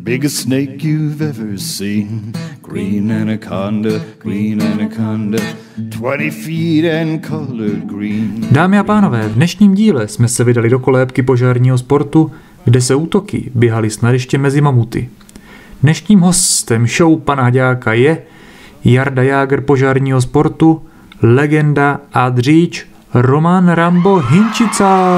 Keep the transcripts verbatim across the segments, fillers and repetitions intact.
biggest snake you've ever seen. Green anaconda, green anaconda, twenty feet and colored green. Dámy a pánové, v dnešním díle jsme se vydali do kolébky požárního sportu, kde se útoky běhaly snad ještě mezi mamuty. Dnešním hostem show pana Haďáka je Jarda Jágr požárního sportu, legenda a dříč Roman Rambo Hinčica.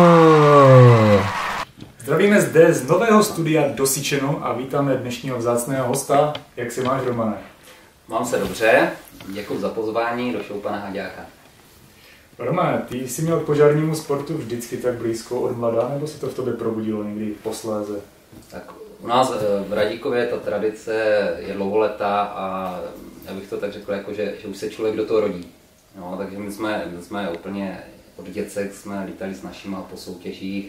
Zdravíme zde z nového studia Dosyčeno a vítáme dnešního vzácného hosta. Jak se máš, Romane? Mám se dobře, děkuji za pozvání do show pana Haďáka. Romane, ty jsi měl k požárnímu sportu vždycky tak blízko od mladá, nebo se to v tobě probudilo někdy posléze? Tak u nás v Radíkově ta tradice je dlouholetá a já bych to tak řekl, jako že, že už se člověk do toho rodí. No, takže my jsme, my jsme úplně od děcek jsme lítali s našima po soutěžích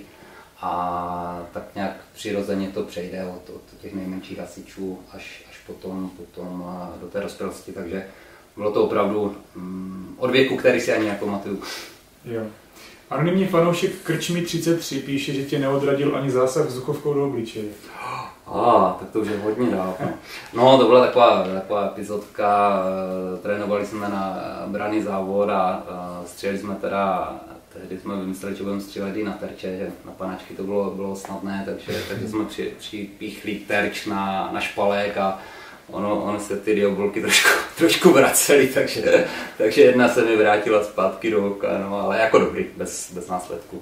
a tak nějak přirozeně to přejde od, od těch nejmenších hasičů až, až potom, potom do té dospělosti, takže bylo to opravdu um, od věku, který si ani nepamatuju. Jo. Anonymní fanoušek Krčmy třicet tři píše, že tě neodradil ani zásah vzduchovkou do obličeje. A, ah, tak to už je hodně dávno. No, to byla taková, taková epizodka, trénovali jsme na branný závod a, a stříleli jsme teda, tehdy jsme vymysleli, že budeme střílet i na terče, že na panačky to bylo, bylo snadné, takže, takže jsme při, připíchli terč na, na špalek a ono, ono se ty diabolky trošku, trošku vracely, takže, takže jedna se mi vrátila zpátky do oka, no, ale jako dobrý, bez, bez následku.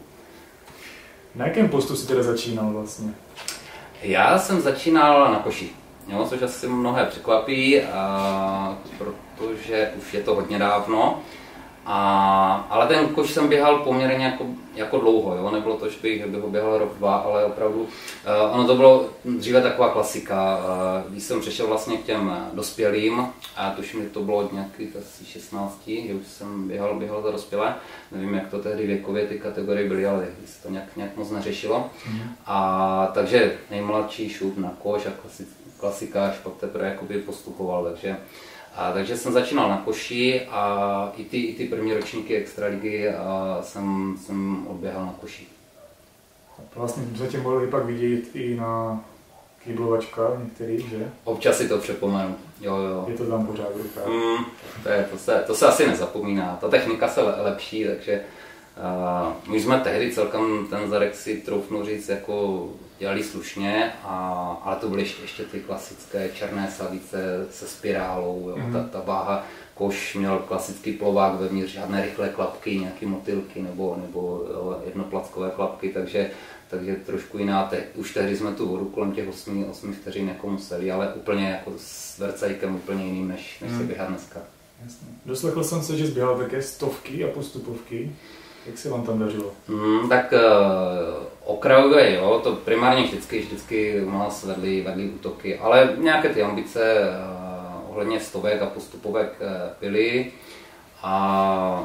Na jakém postu jsi teda začínal vlastně? Já jsem začínal na koši, jo, což asi mnohé překvapí, a, protože už je to hodně dávno, a, ale ten koš jsem běhal poměrně jako, jako dlouho, jo, nebylo to, že bych, bych ho běhal rok, dva, ale opravdu, uh, ono to bylo dříve taková klasika, uh, když jsem přešel vlastně k těm dospělým, a tuším, že to bylo od nějakých asi šestnácti, že už jsem běhal, běhal za dospělé, nevím, jak to tehdy věkově ty kategorie byly, ale se to nějak, nějak moc neřešilo. Mm. A takže nejmladší šup na koš a klasika, až pak teprve jakoby postupoval, takže A, takže jsem začínal na koši a i ty, i ty první ročníky extraligy a jsem, jsem odběhal na koši. Vlastně zatím mohli pak vidět i na kýblovačkách některých, že? Občas si to přepomenu, jo, jo. Je to tam pořád v rukách. Mm, to, je, to, se, to se asi nezapomíná, ta technika se lepší, takže uh, my jsme tehdy celkem ten zadek si troufnu říct jako dělali slušně, a, ale to byly ještě, ještě ty klasické černé savice se spirálou, jo. Mm. Ta, ta váha, koš měl klasický plovák vevnitř, žádné rychlé klapky, nějaké motylky nebo, nebo jo, jednoplackové klapky, takže, takže trošku jiná. Te, už tehdy jsme tu vodu kolem těch osmi vteřin jako museli, ale úplně jako s vercajkem úplně jiným, než, než mm. se běhá dneska. Jasně. Doslechl jsem se, že zběhal také stovky a postupovky. Jak se vám tam dařilo? Hmm, tak uh, okrajové, jo, to primárně vždycky, vždycky u nás vedly, vedly útoky, ale nějaké ty ambice uh, ohledně stovek a postupovek uh, byly. A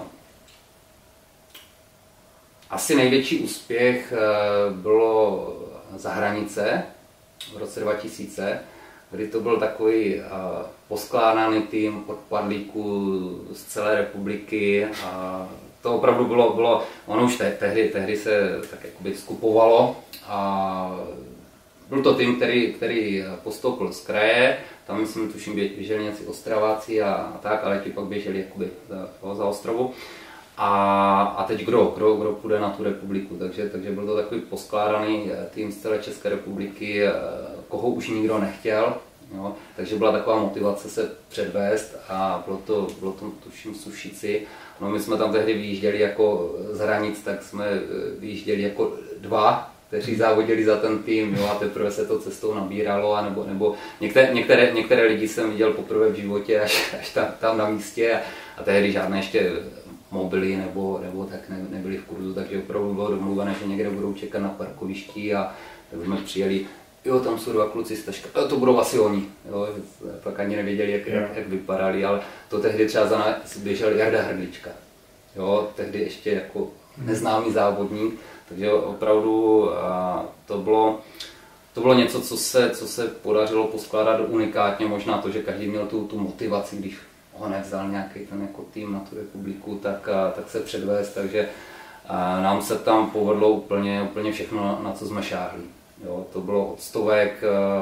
asi největší úspěch uh, bylo za hranice v roce dva tisíce, kdy to byl takový uh, poskládaný tým odpadlíků z celé republiky. A to opravdu bylo, bylo ono už te, tehdy, tehdy se tak jakoby skupovalo a byl to tým, který, který postoupil z kraje, tam myslím, tuším, běželi nějací Ostraváci a, a tak, ale ti pak běželi jakoby za, za Ostrovu. A, a teď kdo, kdo, kdo půjde na tu republiku, takže, takže byl to takový poskládaný tým z celé České republiky, koho už nikdo nechtěl. Jo, takže byla taková motivace se předvést a bylo to, bylo to tuším Sušici. No, my jsme tam tehdy vyjížděli jako z hranic, tak jsme vyjížděli jako dva, kteří závodili za ten tým, jo, a teprve se to cestou nabíralo, a nebo, nebo některé, některé, některé lidi jsem viděl poprvé v životě až, až tam, tam na místě a, a tehdy žádné ještě mobily nebo, nebo tak ne, nebyly v kurzu, takže opravdu bylo domluvené, že někde budou čekat na parkovišti a tak jsme přijeli. Jo, tam jsou dva kluci z taška, to budou asi oni, jo, pak ani nevěděli, jak, jak, jak vypadali, ale to tehdy třeba za nás běžel Jarda Hrdlička, jo, tehdy ještě jako neznámý závodník, takže opravdu a, to, bylo, to bylo něco, co se, co se podařilo poskládat unikátně, možná to, že každý měl tu, tu motivaci, když ho nevzal nějaký ten jako tým na tu republiku, tak, a, tak se předvést, takže a, nám se tam povedlo úplně, úplně všechno, na, na co jsme šáhli. Jo, to bylo od stovek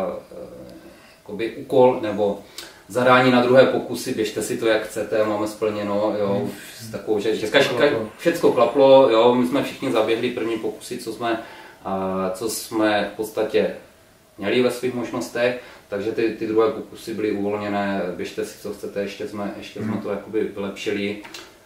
jakoby úkol nebo zadání na druhé pokusy, běžte si to jak chcete, máme splněno, jo, už s takovou, že, že kaž, kaž, všecko klaplo, jo, my jsme všichni zaběhli první pokusy, co jsme, a, co jsme v podstatě měli ve svých možnostech, takže ty, ty druhé pokusy byly uvolněné, běžte si co chcete, ještě jsme, ještě jsme to jakoby vylepšili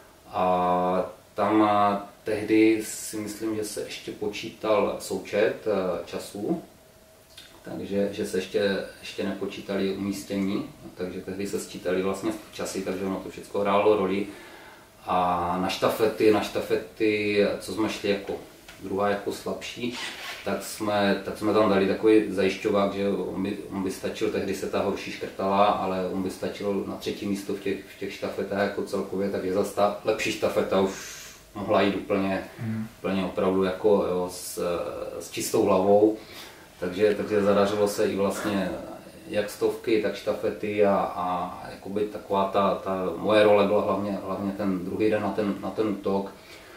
a tam a, tehdy si myslím, že se ještě počítal součet a, časů, takže že se ještě, ještě nepočítali umístění, takže tehdy se sčítali vlastně časy, takže ono to všechno hrálo roli. A na štafety, na štafety, co jsme šli jako druhá jako slabší, tak jsme, tak jsme tam dali takový zajišťovák, že on by, on by stačil, tehdy se ta horší škrtala, ale on by stačil na třetí místo v těch, v těch štafetách jako celkově, takže zase ta lepší štafeta už mohla jít úplně, mm. úplně opravdu jako jo, s, s čistou hlavou. Takže, takže zadařilo se i vlastně jak stovky, tak štafety a, a jakoby taková ta, ta moje role byla hlavně, hlavně ten druhý den na ten, na ten tok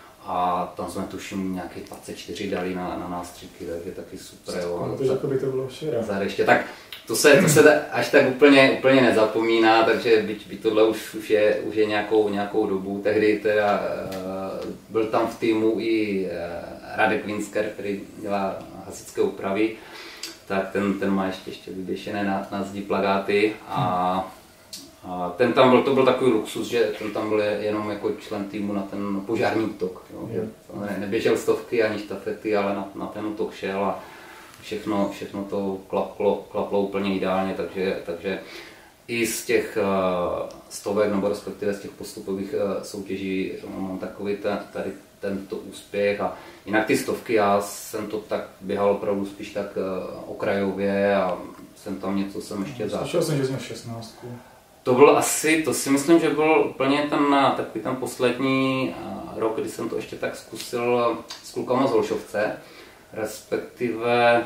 a tam jsme tuším nějakých dvacet čtyři dali na, na nástřiky, takže taky super. Jo. To, jako by to bylo včera. Ještě, tak to se, to se až tak úplně, úplně nezapomíná, takže byť, byť tohle už, už, je, už je nějakou, nějakou dobu. Tehdy teda uh, byl tam v týmu i uh, Radek Winsker, který dělá hasičské úpravy, tak ten, ten má ještě, ještě vyvěšené na, na zdi plakáty a, a ten tam byl, to byl takový luxus, že ten tam byl jenom jako člen týmu na ten požární útok. Jo, že ne, neběžel stovky ani štafety, ale na, na ten útok šel a všechno, všechno to klaplo, klaplo úplně ideálně, takže, takže i z těch uh, stovek nebo respektive z těch postupových uh, soutěží mám takový ten, tady tento úspěch a jinak ty stovky, já jsem to tak běhal opravdu spíš tak uh, okrajově a jsem tam něco jsem ještě zašel. Slyšel jsem, že jsi měl šestnáctku. To byl asi, to si myslím, že byl úplně ten, takový ten poslední uh, rok, kdy jsem to ještě tak zkusil s klukama z Holšovce, respektive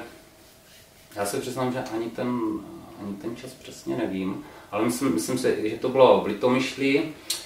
já se přiznám, že ani ten, ani ten čas přesně nevím, ale myslím, myslím si, že to bylo v Litomyšli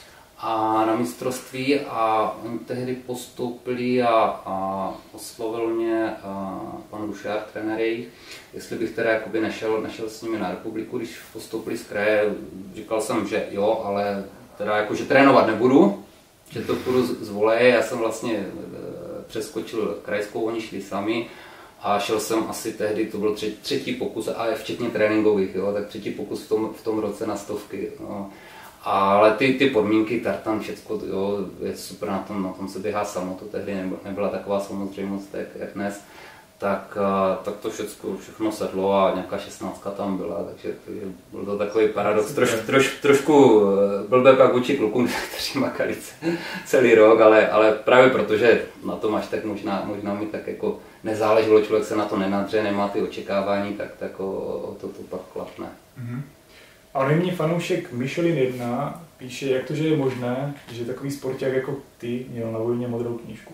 a na mistrovství a oni tehdy postoupili a, a oslovil mě a, pan Rušár, trenér jejich, jestli bych teda jakoby nešel, nešel s nimi na republiku, když postoupili z kraje. Říkal jsem, že jo, ale teda jakože trénovat nebudu, že to půjdu z, z voleje. Já jsem vlastně e, přeskočil krajskou, oni šli sami a šel jsem asi tehdy, to byl třetí, třetí pokus, a včetně tréninkových, jo, tak třetí pokus v tom, v tom roce na stovky. No. Ale ty, ty podmínky, tartan, všecko, jo, je super, na tom, na tom se běhá samo, to tehdy nebyla taková samozřejmost, jak, jak dnes, tak, tak to všecko, všechno sedlo a nějaká šestnáctka tam byla, takže, takže byl to takový paradox, troš, troš, trošku blbé pak vůči klukům, kteří makali celý rok, ale, ale právě protože na tom až tak možná, možná mi tak jako nezáleželo, člověk se na to nenadře, nemá ty očekávání, tak, tak o, o to, to pak klapne. Mm-hmm. Anonymní fanoušek Michelin jedna píše, jak to, že je možné, že takový sporták jako ty měl na vojně modrou knížku.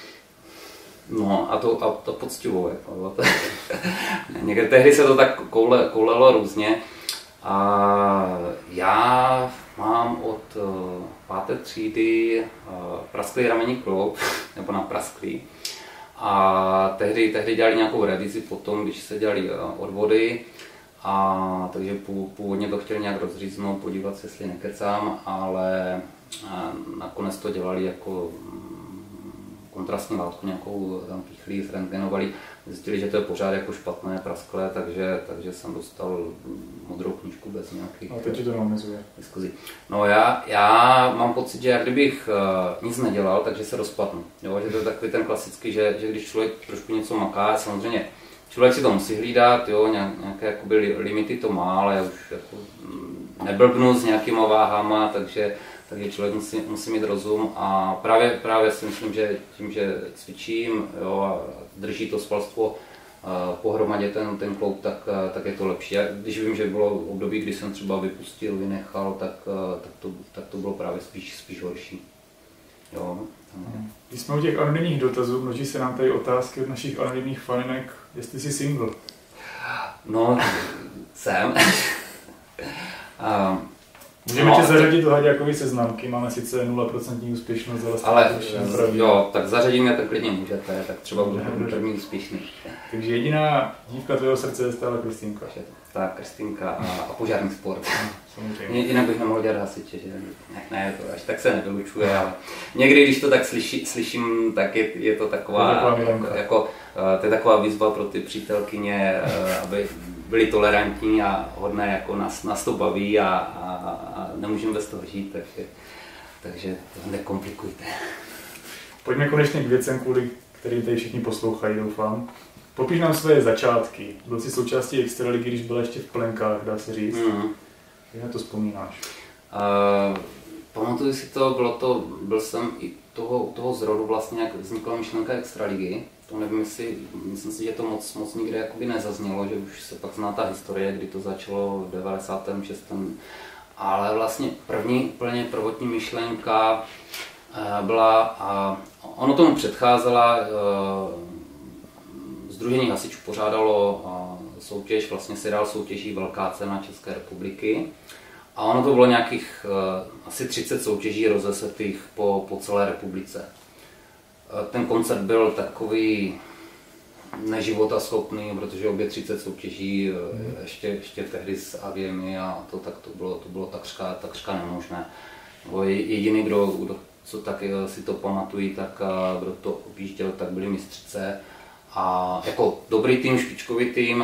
No a to, a to poctivou, jako, někde tehdy se to tak koule, koulelo různě a já mám od uh, páté třídy uh, prasklý ramenní kloub, nebo na prasklý a tehdy, tehdy dělali nějakou revizi potom, když se dělali uh, odvody. A takže původně to chtěli nějak rozříznout, podívat se, jestli nekecám, ale nakonec to dělali jako kontrastní látku, nějakou tam píchli, zrentgenovali, zjistili, že to je pořád jako špatné, prasklé, takže, takže jsem dostal modrou knížku bez nějakých... A teď ti to neomezuje. Diskuzí. No já, já mám pocit, že jak kdybych uh, nic nedělal, takže se rozpadnu. Jo? Že to je takový ten klasický, že, že když člověk trošku něco maká, samozřejmě člověk si to musí hlídat, jo, nějaké jakoby limity to má, ale já už jako neblbnu s nějakýma váhama, takže, takže člověk musí, musí mít rozum a právě, právě si myslím, že tím, že cvičím, jo, a drží to svalstvo pohromadě ten, ten kloub, tak, tak je to lepší. Já, když vím, že bylo období, kdy jsem třeba vypustil, vynechal, tak, tak, to, tak to bylo právě spíš, spíš horší. Jo. Když jsme u těch anonymních dotazů, množí se nám tady otázky od našich anonymních faninek, jestli jsi single. No, jsem. Můžeme No, tě a zařadit do Haďákovy seznamky, máme sice nula procent úspěšnost, ale stále Ale to už nepraví. jo, tak zařadím mě tak klidně můžete, tak třeba budu Dobře. první úspěšný. Takže jediná dívka tvého srdce je stále Kristýnka. Takže tak, Kristýnka a, a požární sport. Samozřejmě. Jinak bych nemohl dělat hasiče, že ne, ne, to až tak se nevylučuje, ale někdy, když to tak slyši, slyším, tak je, je to taková, To je taková jako, milenka. jako, eh, to je taková výzva pro ty přítelkyně, eh, aby byli tolerantní a hodné, jako nás, nás to baví a, a, a nemůžeme bez toho žít, takže, takže to nekomplikujte. Pojďme konečně k věcem, kvůli kterým tady všichni poslouchají, doufám. Popiš nám své začátky. Byl jsi součástí extraligy, když byla ještě v plenkách, dá se říct. Mm. Jak na to vzpomínáš? Uh, pamatuju si to, bylo to, byl jsem i toho, toho zrodu vlastně, jak vznikla myšlenka extraligy. To nevím, jestli, myslím si, že to moc, moc nikde jakoby nezaznělo, že už se pak zná ta historie, kdy to začalo v devadesátém šestém Ale vlastně první, úplně prvotní myšlenka uh, byla, a ono tomu předcházela, uh, Sdružení hasičů pořádalo uh, soutěž, vlastně se dál soutěží Velká cena České republiky. A ono to bylo nějakých uh, asi třicet soutěží rozesetých po, po celé republice. Uh, ten koncert byl takový neživotaschopný, protože obě třicet soutěží, uh, ještě, ještě tehdy s Aviemi a to, tak to bylo, to bylo takřka, takřka nemožné. Nebo jediný, kdo, kdo co tak uh, si to pamatují, tak uh, kdo to objížděl, tak byli mistřice. A jako dobrý tým, špičkový tým,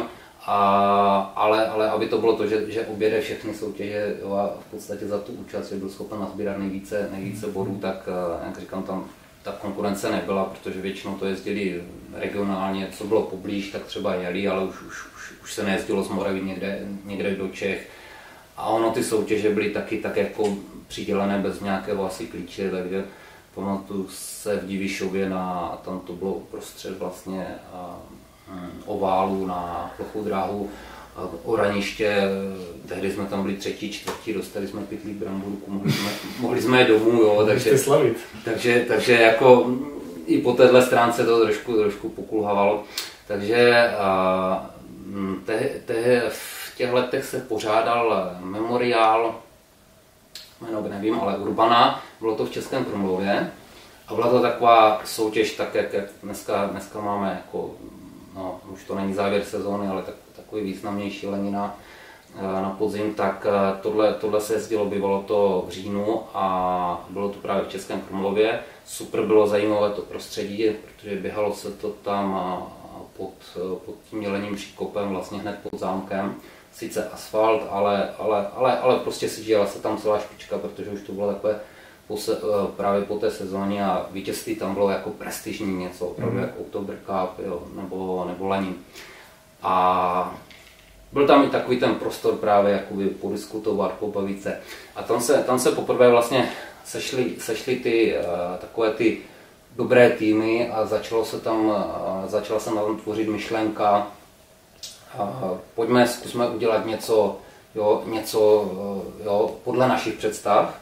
a, ale, ale aby to bylo to, že, že objede všechny soutěže jo, a v podstatě za tu účast, že byl schopen nazbírat nejvíce, nejvíce bodů, tak jak říkám, tam ta konkurence nebyla, protože většinou to jezdili regionálně, co bylo poblíž, tak třeba jeli, ale už, už, už, už se nejezdilo z Moravy někde, někde do Čech. A ono ty soutěže byly taky tak jako přidělené bez nějakého asi klíče, takže pamatuju se v Divišově, na, tam to bylo uprostřed vlastně a, um, oválu na plochou dráhu, Oraniště, tehdy jsme tam byli třetí, čtvrtí, dostali jsme pytlík bramburku, mohli jsme, mohli jsme je domů, jo, takže, slavit. takže, takže jako i po téhle stránce to trošku, trošku pokulhavalo. Takže a, te, te, v těch letech se pořádal memoriál, jméno nevím, ale Urbana, bylo to v Českém Krumlově a byla to taková soutěž, tak jak, jak dneska, dneska máme, jako, no, už to není závěr sezóny, ale tak, takový významnější lenina na podzim, tak tohle, tohle se jezdilo, bývalo to v říjnu a bylo to právě v Českém Krumlově. Super bylo zajímavé to prostředí, protože běhalo se to tam pod, pod tím Jelením příkopem, vlastně hned pod zámkem. Sice asfalt, ale, ale, ale, ale prostě si žila se tam celá špička, protože už to bylo takové po se, právě po té sezóně a vítězství tam bylo jako prestižní něco, opravdu mm. jako Oktober Cup, jo, nebo, nebo Lenin. A byl tam i takový ten prostor právě jakoby podiskutovat, pobavit se. A tam se, tam se poprvé vlastně sešly, sešly ty uh, takové ty dobré týmy a začalo se tam, uh, začala se tam tvořit myšlenka, uh, pojďme, zkusme udělat něco, jo, něco uh, jo, podle našich představ.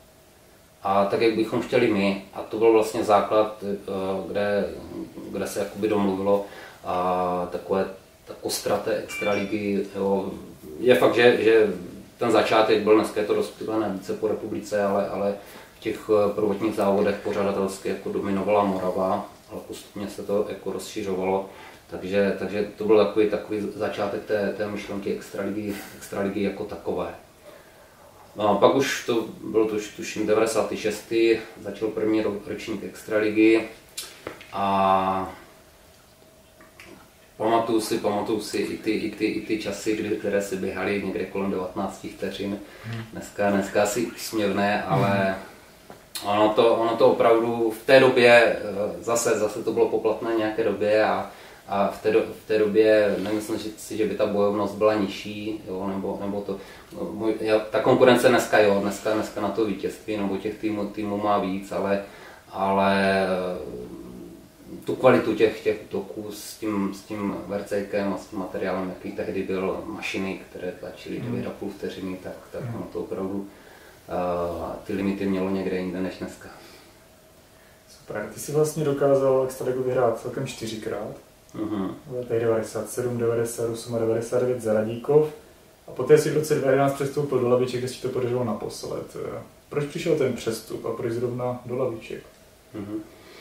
A tak, jak bychom chtěli my. A to byl vlastně základ, uh, kde, kde se jakoby domluvilo a takové ta kostra té extraligy, jo. Je fakt, že, že ten začátek byl, dneska je to rozptýlené více po republice, ale, ale v těch prvotních závodech pořadatelsky jako dominovala Morava, ale postupně se to jako rozšiřovalo, takže, takže to byl takový, takový začátek té, té myšlenky extraligy, extraligy jako takové. No a pak už to bylo to tuším devadesátý šestý začal první ročník extraligy a Pamatuju si, pamatuju si i ty, i ty, i ty časy, kdy, které si běhaly někde kolem devatenáct vteřin. Dneska, dneska asi směvné, ale ono to, ono to opravdu v té době, zase, zase to bylo poplatné nějaké době a, a v, té do, v té době nemyslím si, že by ta bojovnost byla nižší, jo, nebo, nebo to, jo, ta konkurence dneska, jo, dneska, dneska na to vítězství, nebo těch týmů, týmů má víc, ale, ale tu kvalitu těch, těch útoků s tím, s tím vercejkem a s tím materiálem, jaký tehdy byl, mašiny, které tlačily devět a půl vteřiny, tak, tak ono to opravdu uh, ty limity mělo někde jinde než dneska. Super, ty jsi vlastně dokázal extraligu vyhrát celkem čtyřikrát. Uh-huh. V letech devadesát sedm, devadesát osm a devadesát devět za Radíkov A poté si v roce dva tisíce jedenáct přestoupil do Laviček, kde si to podařilo naposled. Proč přišel ten přestup a proč zrovna do Laviček? Mm-hmm.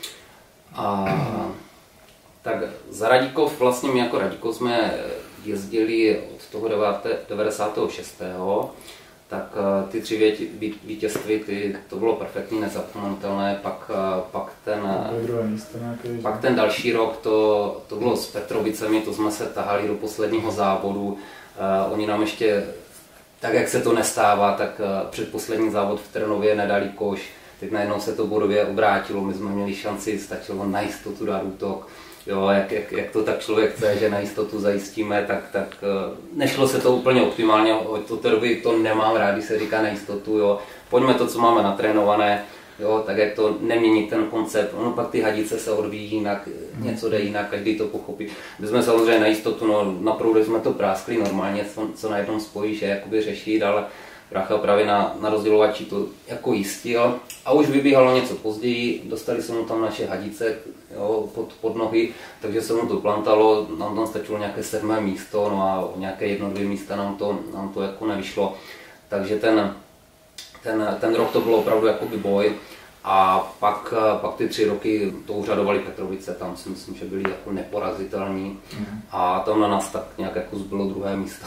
A tak za Radíkov, vlastně my jako Radíkov jsme jezdili od toho devadesátého šestého tak ty tři vítězství, ty, to bylo perfektní, nezapomenutelné, pak, pak, ten, pak ten další rok, to, to bylo s Petrovicemi, to jsme se tahali do posledního závodu, uh, oni nám ještě, tak jak se to nestává, tak uh, předposlední závod v Trnově nedali koš, teď najednou se to bodově obrátilo, my jsme měli šanci, stačilo na jistotu dát útok. Jo, jak, jak, jak to tak člověk chce, že na jistotu zajistíme, tak, tak nešlo se to úplně optimálně, od té doby to nemám rád, když se říká na jistotu, jo. Pojďme to, co máme natrénované, jo, tak jak to nemění ten koncept, ono pak ty hadice se odvíjí jinak, něco jde jinak, každý to pochopí. My jsme samozřejmě na jistotu, no, na proudu jsme to práskli normálně, co, co na jednom spojí, že jakoby řešit, ale brácha právě na, na rozdělovači to jako jistil a už vybíhalo něco později, dostali se mu tam naše hadice, jo, pod, pod nohy, takže se mu to plantalo, nám tam stačilo nějaké sedmé místo, no a nějaké jedno, dvě místa nám to, nám to jako nevyšlo, takže ten, ten, ten rok to bylo opravdu jakoby boj a pak, pak ty tři roky to úřadovali Petrovice, tam si myslím, že byli jako neporazitelní a tam na nás tak nějak jako zbylo druhé místo.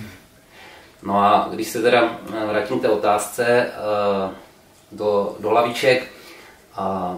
No a když se teda vrátím k té otázce do, do Laviček, a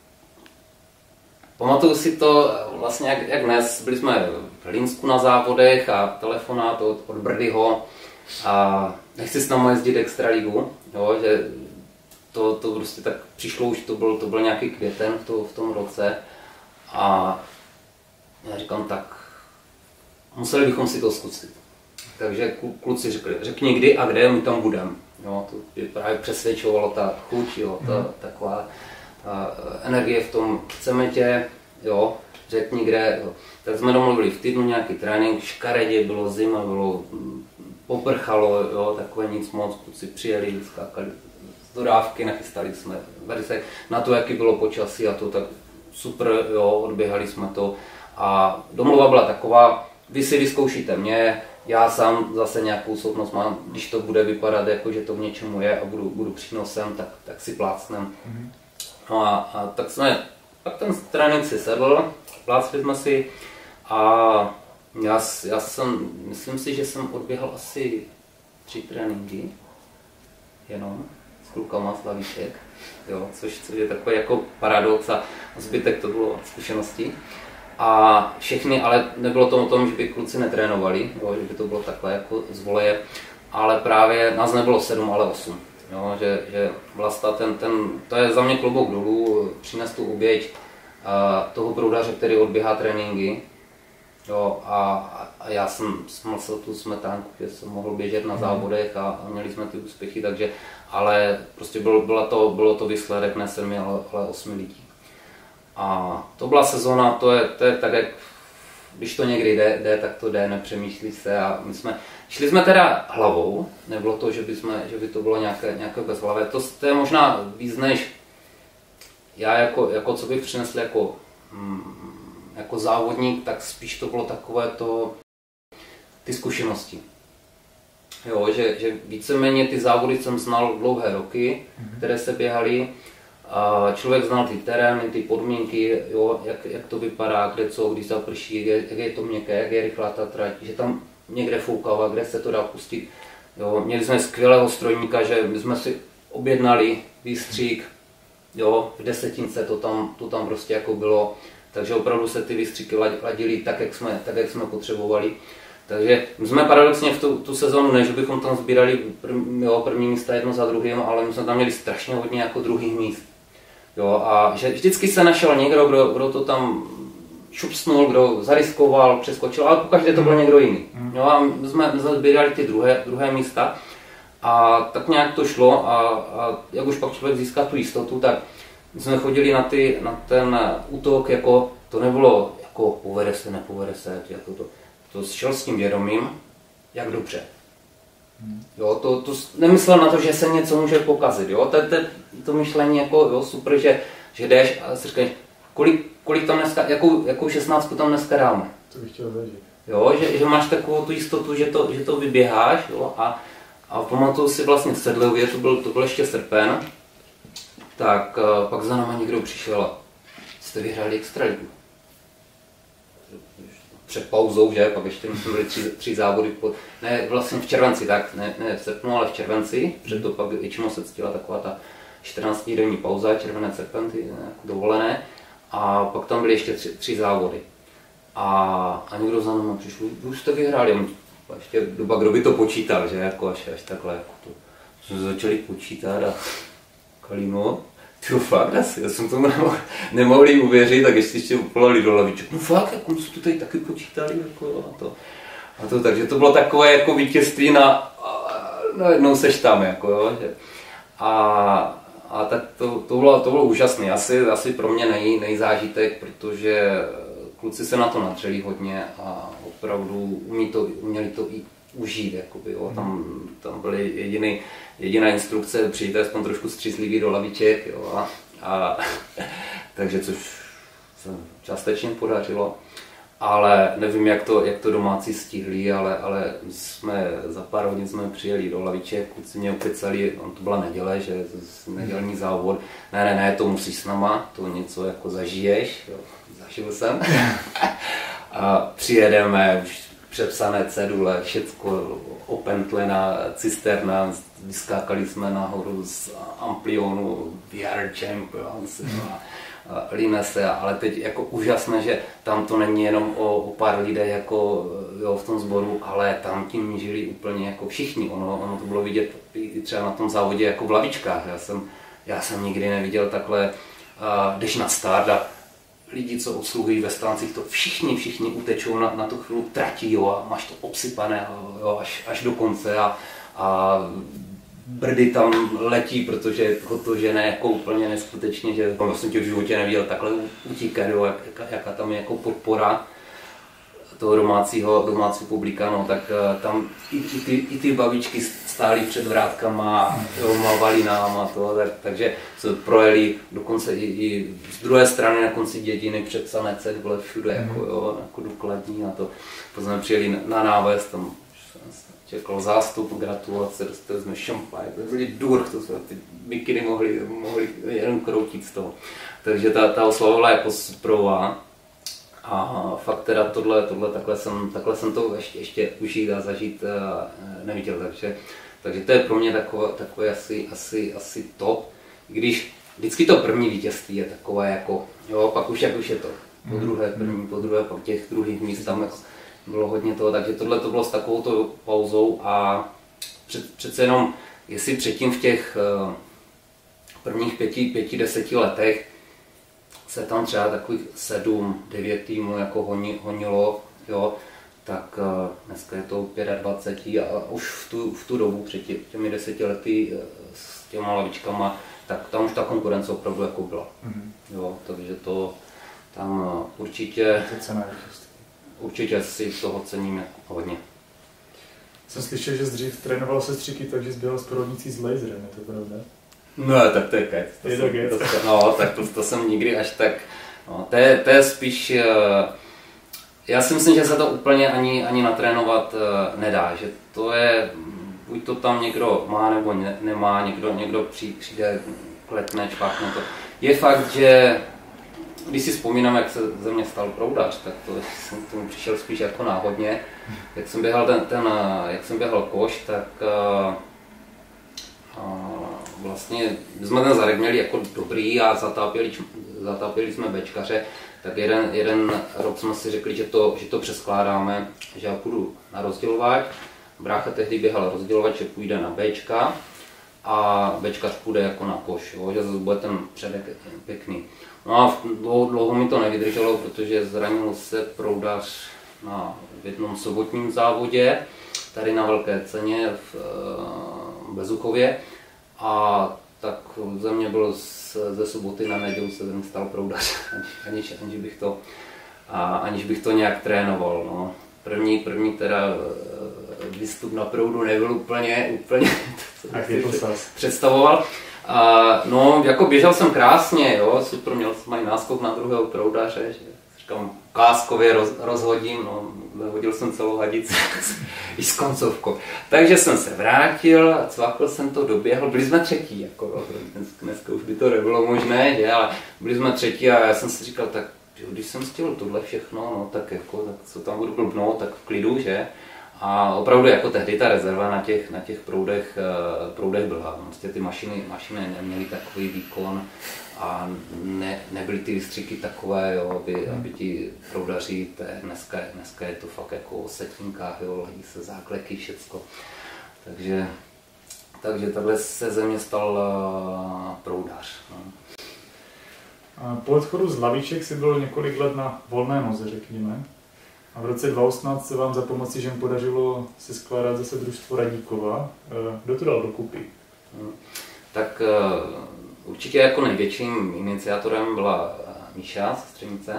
pamatuju si to vlastně jak, jak dnes, byli jsme v Hlinsku na závodech a telefonát od, od Brdyho a nechci s námi jezdit extraligu, jo, že to, to prostě tak přišlo už, to byl, to byl nějaký květen v, to, v tom roce a já říkám tak, museli bychom si to zkusit. Takže kluci řekli, řekni kdy a kde, my tam budeme. Jo, to právě přesvědčovalo ta chuť, jo, ta, taková ta energie v tom chceme tě, jo, řekni kde. Jo. Tak jsme domluvili v týdnu nějaký trénink, škaredě, bylo zima, bylo poprchalo, jo, takové nic moc, kluci přijeli, skákali z dodávky, nachystali jsme verzek na to, jaký bylo počasí a to tak super, jo, odběhali jsme to a domluva byla taková, vy si vyzkoušíte mě, já sám zase nějakou schopnost mám, když to bude vypadat jako, že to v něčemu je a budu, budu přínosem, tak, tak si plácnem. Mm-hmm. No a, a tak jsme, pak ten trénink si sedl, plácli jsme si a já, já jsem, myslím si, že jsem odběhal asi tři tréninky, jenom s klukama z Laviček, jo, což, což je takový jako paradox a zbytek to bylo zkušenosti. A všechny, ale nebylo to o tom, že by kluci netrénovali, jo, že by to bylo takhle jako z voleje, ale právě nás nebylo sedm, ale osm. Jo, že, že Vlasta, ten, ten, to je za mě klobouk dolů, přines tu oběť a toho proudaře, který odběhá tréninky. Jo, a, a já jsem smlsl tu smetánku, že jsem mohl běžet na závodech a, a měli jsme ty úspěchy, takže, ale prostě bylo, bylo, to, bylo to výsledek ne sedmi, ale, ale osmi lidí. A to byla sezóna, to je, to je tak, jak když to někdy jde, jde, tak to jde, nepřemýšlí se a my jsme, šli jsme teda hlavou, nebylo to, že by, jsme, že by to bylo nějaké, nějaké bezhlavé, to, to je možná víc než já jako, jako co bych přinesl jako, mm, jako závodník, tak spíš to bylo takové to, ty zkušenosti. Jo, že, že víceméně ty závody jsem znal dlouhé roky, mm-hmm. které se běhaly. A člověk znal ty terény, ty podmínky, jo, jak, jak to vypadá, kde co, když zaprší, jak, jak je to měkké, jak je rychlá ta trať, že tam někde foukává, kde se to dá pustit. Jo, měli jsme skvělého strojníka, že my jsme si objednali výstřik, jo, v desetince to tam, to tam prostě jako bylo, takže opravdu se ty výstřiky ladily tak, jak jsme, tak, jak jsme potřebovali. Takže my jsme paradoxně v tu, tu sezonu, ne, že bychom tam sbírali prv, jo, první místa jedno za druhým, ale my jsme tam měli strašně hodně jako druhých míst. Jo, a že vždycky se našel někdo, kdo, kdo to tam šupsnul, kdo zariskoval, přeskočil, ale pokaždé to byl někdo jiný. Jo, a my jsme, my jsme sbírali ty druhé, druhé místa a tak nějak to šlo a, a jak už pak člověk získá tu jistotu, tak my jsme chodili na, ty, na ten útok, jako to nebylo jako povede se, nepovede se, jako to. To šel s tím vědomím, jak dobře. Jo, to, to nemyslel na to, že se něco může pokazit. Jo? To, to, to myšlení jako jo, super, že, že jdeš a si říkáš, kolik, kolik tam dneska, jakou, jakou šestnáctku tam dneska dáme. To bych chtěl vědět. jo, že, že máš takovou tu jistotu, že to, že to vyběháš, jo, a, a pamatuju si vlastně v Sedlově, to byl, to byl ještě srpen, tak uh, pak za náma někdo přišel a jste vyhráli extraligu. Před pauzou, že? Pak ještě jsme byli tři, tři závody, pod, ne vlastně v červenci, tak, ne, ne v srpnu, ale v červenci, před to pak většinou se ctila taková ta čtrnáctidenní pauza, červené srpen, ty dovolené, a pak tam byly ještě tři, tři závody. A, a někdo za náma přišel, už jste vyhráli, a ještě doba, kdo by to počítal, že? Jako až, až takhle, jako to, jsme začali počítat a Kalino, ty fakt asi, já jsem tomu nemohl, nemohl uvěřit, tak ještě ještě upolali do laviček. No fakt, jako jsme to tady taky počítali, jako a to. A to, takže to bylo takové jako vítězství na, no jednou seš tam, jako jo, že. A, a tak to, to, bylo, to bylo úžasné, asi, asi pro mě nej, nejzážitek, protože kluci se na to natřeli hodně a opravdu umí to, uměli to i užít, jakoby, jo. Tam, tam byly jediný, jediná instrukce, přijďte aspoň trošku střízlivý do laviček, jo, a, a takže což se částečně podařilo, ale nevím, jak to, jak to domácí stihli, ale, ale jsme za pár hodin jsme přijeli do laviček, kluci mě upecali, on to byla neděle, že nedělní závod, ne, ne, ne, to musíš s náma, to něco jako zažiješ, jo, zažil jsem, a přijedeme, už přepsané cedule, všecko opentlená cisterna, vyskákali jsme nahoru z Amplionu, We Are Champions a, a Linese, ale teď jako úžasné, že tam to není jenom o, o pár lidé jako jo, v tom sboru, ale tam tím žili úplně jako všichni, ono, ono to bylo vidět i třeba na tom závodě jako v lavičkách, já jsem, já jsem nikdy neviděl takhle, uh, jdeš na start a lidi, co obsluhují ve stáncích, to všichni, všichni utečou na, na tu chvíli tratí, jo, a máš to obsypané, jo, až, až do konce a, a brdy tam letí, protože to žene jako úplně neskutečně, že vlastně tě v životě neviděl takhle utíkat, jo, jak, jaká tam je jako podpora toho domácího, domácího publika, no, tak tam i, i, ty, i ty babičky stály před vrátkama, jo, mávali nám a to, tak, takže se projeli dokonce i, i z druhé strany na konci dědiny přepsané cedule všude, mm. jako, jo, jako důkladní a to. Potom jsme přijeli na, na náves, tam čekal zástup, gratulace, dostali jsme šampaň, to byli durch, to jsme ty mikiny mohli, mohli jenom kroutit z toho. Takže ta, ta oslava byla jako suprová. A fakt teda tohle, tohle takhle, jsem, takhle jsem to ještě, ještě užít a zažít uh, neviděl, takže, takže to je pro mě takové, takové asi, asi, asi top, když vždycky to první vítězství je takové jako, jo, pak už jak už je to, po druhé první, po druhé, pak těch druhých míst tam jako bylo hodně toho, takže tohle to bylo s takovou pauzou a před, přece jenom, jestli předtím v těch uh, prvních pěti, pěti, deseti letech se tam třeba takových sedm, devět týmů jako honi, honilo, jo, tak uh, dneska je to dvacet pět a už v tu, v tu dobu před tě, těmi deseti lety uh, s těma lavičkama, tak tam už ta konkurence opravdu jako byla. Mm-hmm. Jo, takže to tam uh, určitě, určitě si toho cením hodně. Jsem slyšel, že dřív trénoval se stříky, takže zběhal s provodnicí s laserem, je to pravda? No, tak to je kec. To je jsem, to kec. To, no, tak to, to jsem nikdy až tak, no, to, je, to je spíš, já si myslím, že se to úplně ani, ani natrénovat nedá, že to je, buď to tam někdo má nebo ne, nemá, někdo, někdo přijde, klepne, čpákne to. Je fakt, že když si vzpomínám, jak se ze mě stal proudař, tak to jsem k tomu přišel spíš jako náhodně. Jak jsem běhal ten, ten jak jsem běhal koš, tak a vlastně jsme ten zarek měli jako dobrý a zatápěli, zatápěli jsme bečkaře, tak jeden, jeden rok jsme si řekli, že to, že to přeskládáme, že já půjdu na rozdělovač. Brácha tehdy běhal rozdělovač, že půjde na Bčka a Bčkař půjde jako na koš, jo, že zase bude ten předek pěkný. No a dlouho, dlouho mi to nevydrželo, protože zranil se proudař na jednom sobotním závodě, tady na Velké ceně v Bezuchově, a tak ze mě byl z, ze soboty na neděli se ze mě stal proudař, aniž, aniž, bych to, a, aniž bych to nějak trénoval. No. První, první teda výstup na proudu nebyl úplně, úplně to, co jsem představoval. A, no, jako běžel jsem krásně, jo, super, měl jsem i náskok na druhého proudaře, že říkám, káskově roz, rozhodím, no, hodil jsem celou hadici i s koncovkou. Takže jsem se vrátil, cvakl jsem to, doběhl, byli jsme třetí, jako, dneska už by to nebylo možné, že? Ale byli jsme třetí a já jsem si říkal, tak když jsem stihl tohle všechno, no tak jako, tak co tam budu blbnout, tak v klidu, že? A opravdu jako tehdy ta rezerva na těch, na těch proudech, proudech byla. Vlastně ty mašiny, mašiny neměly takový výkon a ne, nebyly ty výstřiky takové, jo, aby, aby ti proudaři, dneska, dneska je to fakt jako o setinkách, jo, ladí se zákleky, všecko. Takže, takže takhle se ze mě stal proudař. No. A po odchodu z laviček si byl několik let na volné noze, řekněme. A v roce dva tisíce osmnáct se vám za pomoci žen podařilo se skládat zase družstvo Radíkova. Kdo to dal dokupy? Tak určitě jako největším iniciátorem byla Míša ze Střemice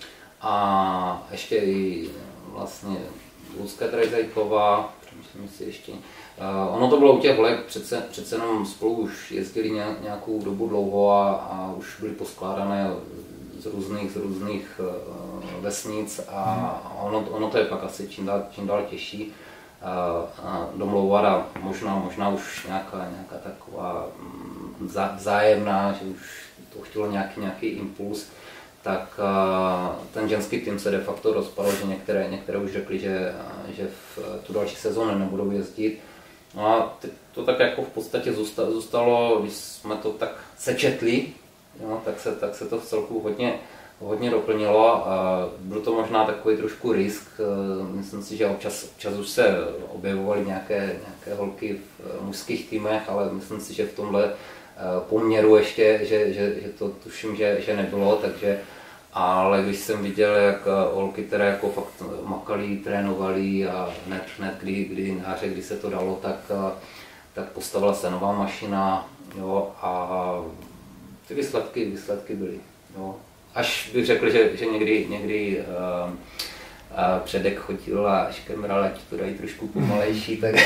a ještě i vlastně Lucka Trajzajková, přemýšlím si ještě. Ono to bylo u těch volek, přece, přece jenom spolu už jezdili nějakou dobu dlouho a, a už byly poskládané z různých, z různých vesnic a ono, ono to je pak asi čím dál, čím dál těžší domlouvat a možná, možná už nějaká, nějaká taková vzájemná, že už to chtělo nějaký, nějaký impuls, tak ten ženský tým se de facto rozpadl, že některé, některé už řekli, že, že v tu další sezónu nebudou jezdit. No a to tak jako v podstatě zůstalo, když jsme to tak sečetli, jo, tak, se, tak se to v celku hodně, hodně doplnilo a byl to možná takový trošku risk. Myslím si, že občas, občas už se objevovaly nějaké, nějaké holky v mužských týmech, ale myslím si, že v tomhle poměru ještě, že, že, že to tuším, že, že nebylo, takže ale když jsem viděl, jak holky, které jako fakt makali, trénovali a hned, hned kdy, kdy, náře, kdy se to dalo, tak, tak postavila se nová mašina, jo, a ty výsledky, výsledky byly. Jo. Až bych řekl, že, že někdy, někdy uh, uh, předek chodil a škemral, ať to dají trošku pomalejší, tak...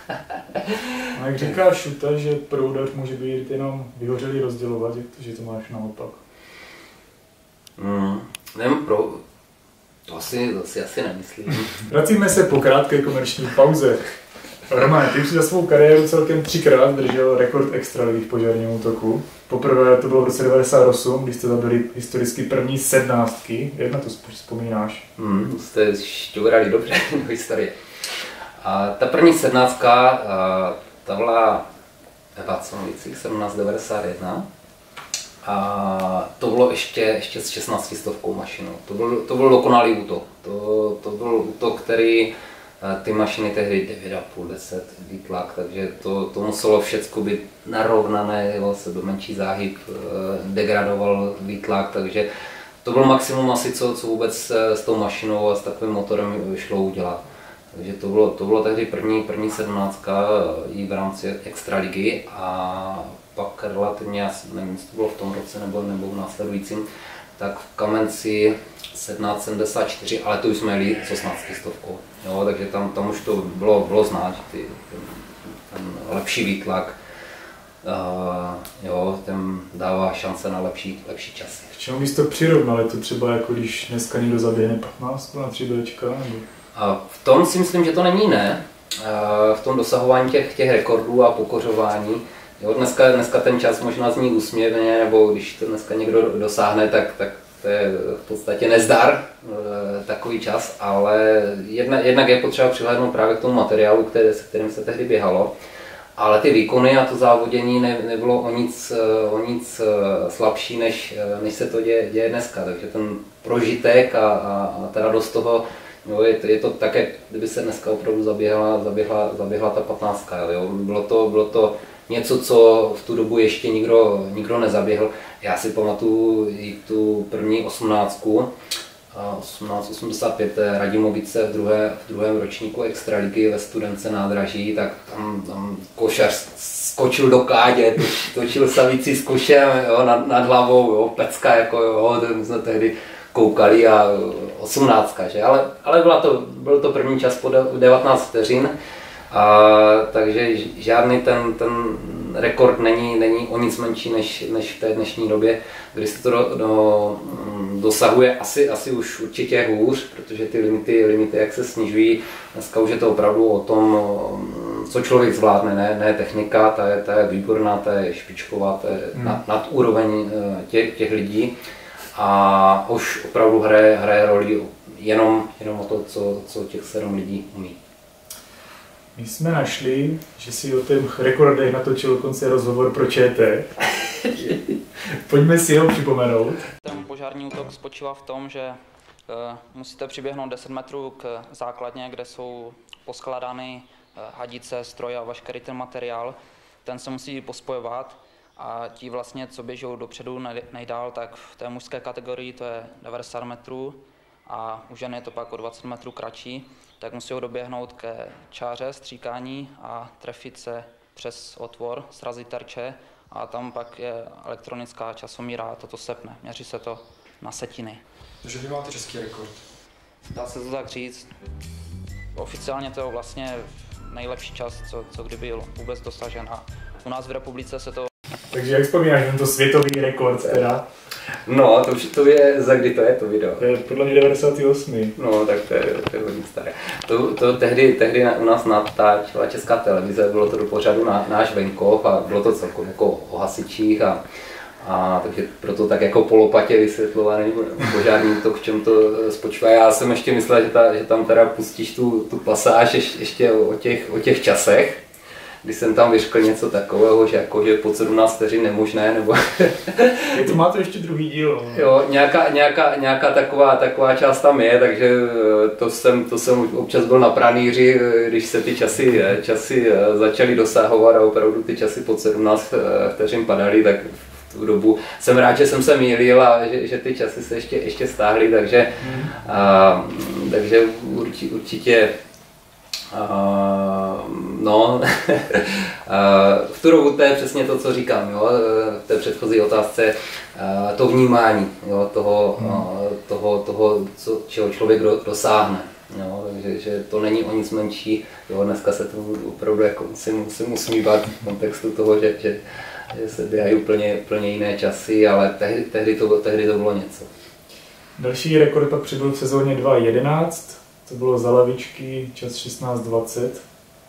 A jak říká Šuta, že proudař může být jenom vyhořelý rozdělovat, že to máš naopak? Hmm, nevím, pro... to asi, to asi, asi nemyslím. Vracíme se po krátké komerční pauze. Romane, ty už za svou kariéru celkem třikrát držel rekord extraligy v požárním útoku. Poprvé to bylo v roce devadesát osm, když jste zabili historicky první sednáctky. Jak na to vzpomínáš? Hmm, jste šťourali dobře do historie. A ta první sednáctka, ta byla ve Václavicích sedmnáct devadesát jedna. A to bylo ještě, ještě s šestnácti stovkou mašinou. To byl, to byl dokonalý útok. To, to byl útok, který ty mašiny tehdy devět a půl, deset výtlak, takže to, to muselo všechno být narovnané, jo, se do menší záhyb degradoval výtlak, takže to byl maximum asi, co, co vůbec s tou mašinou a s takovým motorem šlo udělat. Takže to bylo, to bylo tehdy první, první sedmnáctka i v rámci extraligy a pak relativně, já nevím, jestli to bylo v tom roce nebo, nebo v následujícím, tak v Kamenci sedmnáct sedmdesát čtyři, ale to už jsme jeli s osmnácti stovkou, jo, takže tam, tam už to bylo, bylo znát, že ty, ten, ten lepší výtlak, uh, jo, ten dává šance na lepší, lepší časy. V čem bys to přirovnal? Je to třeba jako když dneska někdo zaběhne patnáct na tři béčka? Nebo... A v tom si myslím, že to není jiné, uh, v tom dosahování těch, těch rekordů a pokořování. Jo, dneska, dneska ten čas možná zní úsměvně, nebo když to dneska někdo dosáhne, tak, tak to je v podstatě nezdar, e, takový čas, ale jedna, jednak je potřeba přihlédnout právě k tomu materiálu, který, se kterým se tehdy běhalo, ale ty výkony a to závodění ne, nebylo o nic, o nic slabší, než, než se to děje, děje dneska, takže ten prožitek a, a, a ta radost toho, jo, je, to, je to tak, jak kdyby se dneska opravdu zaběhla, zaběhla, zaběhla ta patnáctka, jo. Bylo to, bylo to něco, co v tu dobu ještě nikdo, nikdo nezaběhl. Já si pamatuju i tu první osmnáctku, osmnáct osmdesát pět Radimovice v, druhé, v druhém ročníku extraligy ve Studence nádraží, tak tam, tam košař skočil do kádě, toč, točil savící s košem, jo, nad, nad hlavou, jo, pecka, jako, jo, my jsme tehdy koukali a osmnáctka, že? Ale, ale byla to, byl to první čas po devatenáct vteřin. A, takže žádný ten, ten rekord není, není o nic menší než, než v té dnešní době, kdy se to do, do, dosahuje asi, asi už určitě hůř, protože ty limity, limity jak se snižují, dneska už je to opravdu o tom, co člověk zvládne, ne, ne technika, ta je, ta je výborná, ta je špičková, ta je hmm. nad, nad úroveň těch, těch lidí a už opravdu hraje, hraje roli jenom, jenom o to, co, co těch sedm lidí umí. My jsme našli, že si o těch rekordech natočil dokonce rozhovor pro ČT. Pojďme si ho připomenout. Ten požární útok spočívá v tom, že uh, musíte přiběhnout deset metrů k základně, kde jsou poskládány uh, hadice, stroje a veškerý ten materiál. Ten se musí pospojovat a ti vlastně, co běžou dopředu nejdál, tak v té mužské kategorii to je devadesát metrů a u žen je to pak o dvacet metrů kratší, tak musí ho doběhnout ke čáře stříkání a trefit se přes otvor, srazit terče a tam pak je elektronická časomíra a toto sepne. Měří se to na setiny. Takže vy máte český rekord? Dá se to tak říct. Oficiálně to je vlastně nejlepší čas, co, co kdy byl vůbec dosažen. A u nás v republice se to... Takže jak vzpomínáš tento světový rekord teda? No, to už to je, za kdy to je to video? To je podle mě devadesát osm. No, tak to je, to je hodně staré. To, to tehdy, tehdy u nás natáčela Česká televize, bylo to do pořadu na, náš venkov a bylo to celkově jako o hasičích a, a takže proto tak jako polopatě vysvětlovaný požární útok, v čem to spočívá. Já jsem ještě myslel, že, ta, že tam teda pustíš tu, tu pasáž ještě, ještě o, těch, o těch časech. Když jsem tam vyřkl něco takového, že, jako, že pod sedmnáct vteřin nemožné, nebo... Je to má to ještě druhý díl. No. Jo, nějaká, nějaká, nějaká taková, taková část tam je, takže to jsem, to jsem občas byl na pranýři, když se ty časy, časy začaly dosahovat a opravdu ty časy pod sedmnáct vteřin padaly, tak v tu dobu jsem rád, že jsem se mýlil a že, že ty časy se ještě, ještě stáhly, takže, hmm. a, takže určitě, určitě Uh, no, uh, v tu dobu to je přesně to, co říkám, jo, v té předchozí otázce, uh, to vnímání, jo, toho, uh, toho, toho co, čeho člověk do, dosáhne, jo, takže že to není o nic menší, jo, dneska se tomu opravdu jako musím, musím usmívat v kontextu toho, že, že, že se běhají úplně, úplně jiné časy, ale tehdy, tehdy, to, tehdy to bylo něco. Další rekord pak přibyl v sezóně dva tisíce jedenáct. To bylo za lavičky, čas šestnáct dvacet.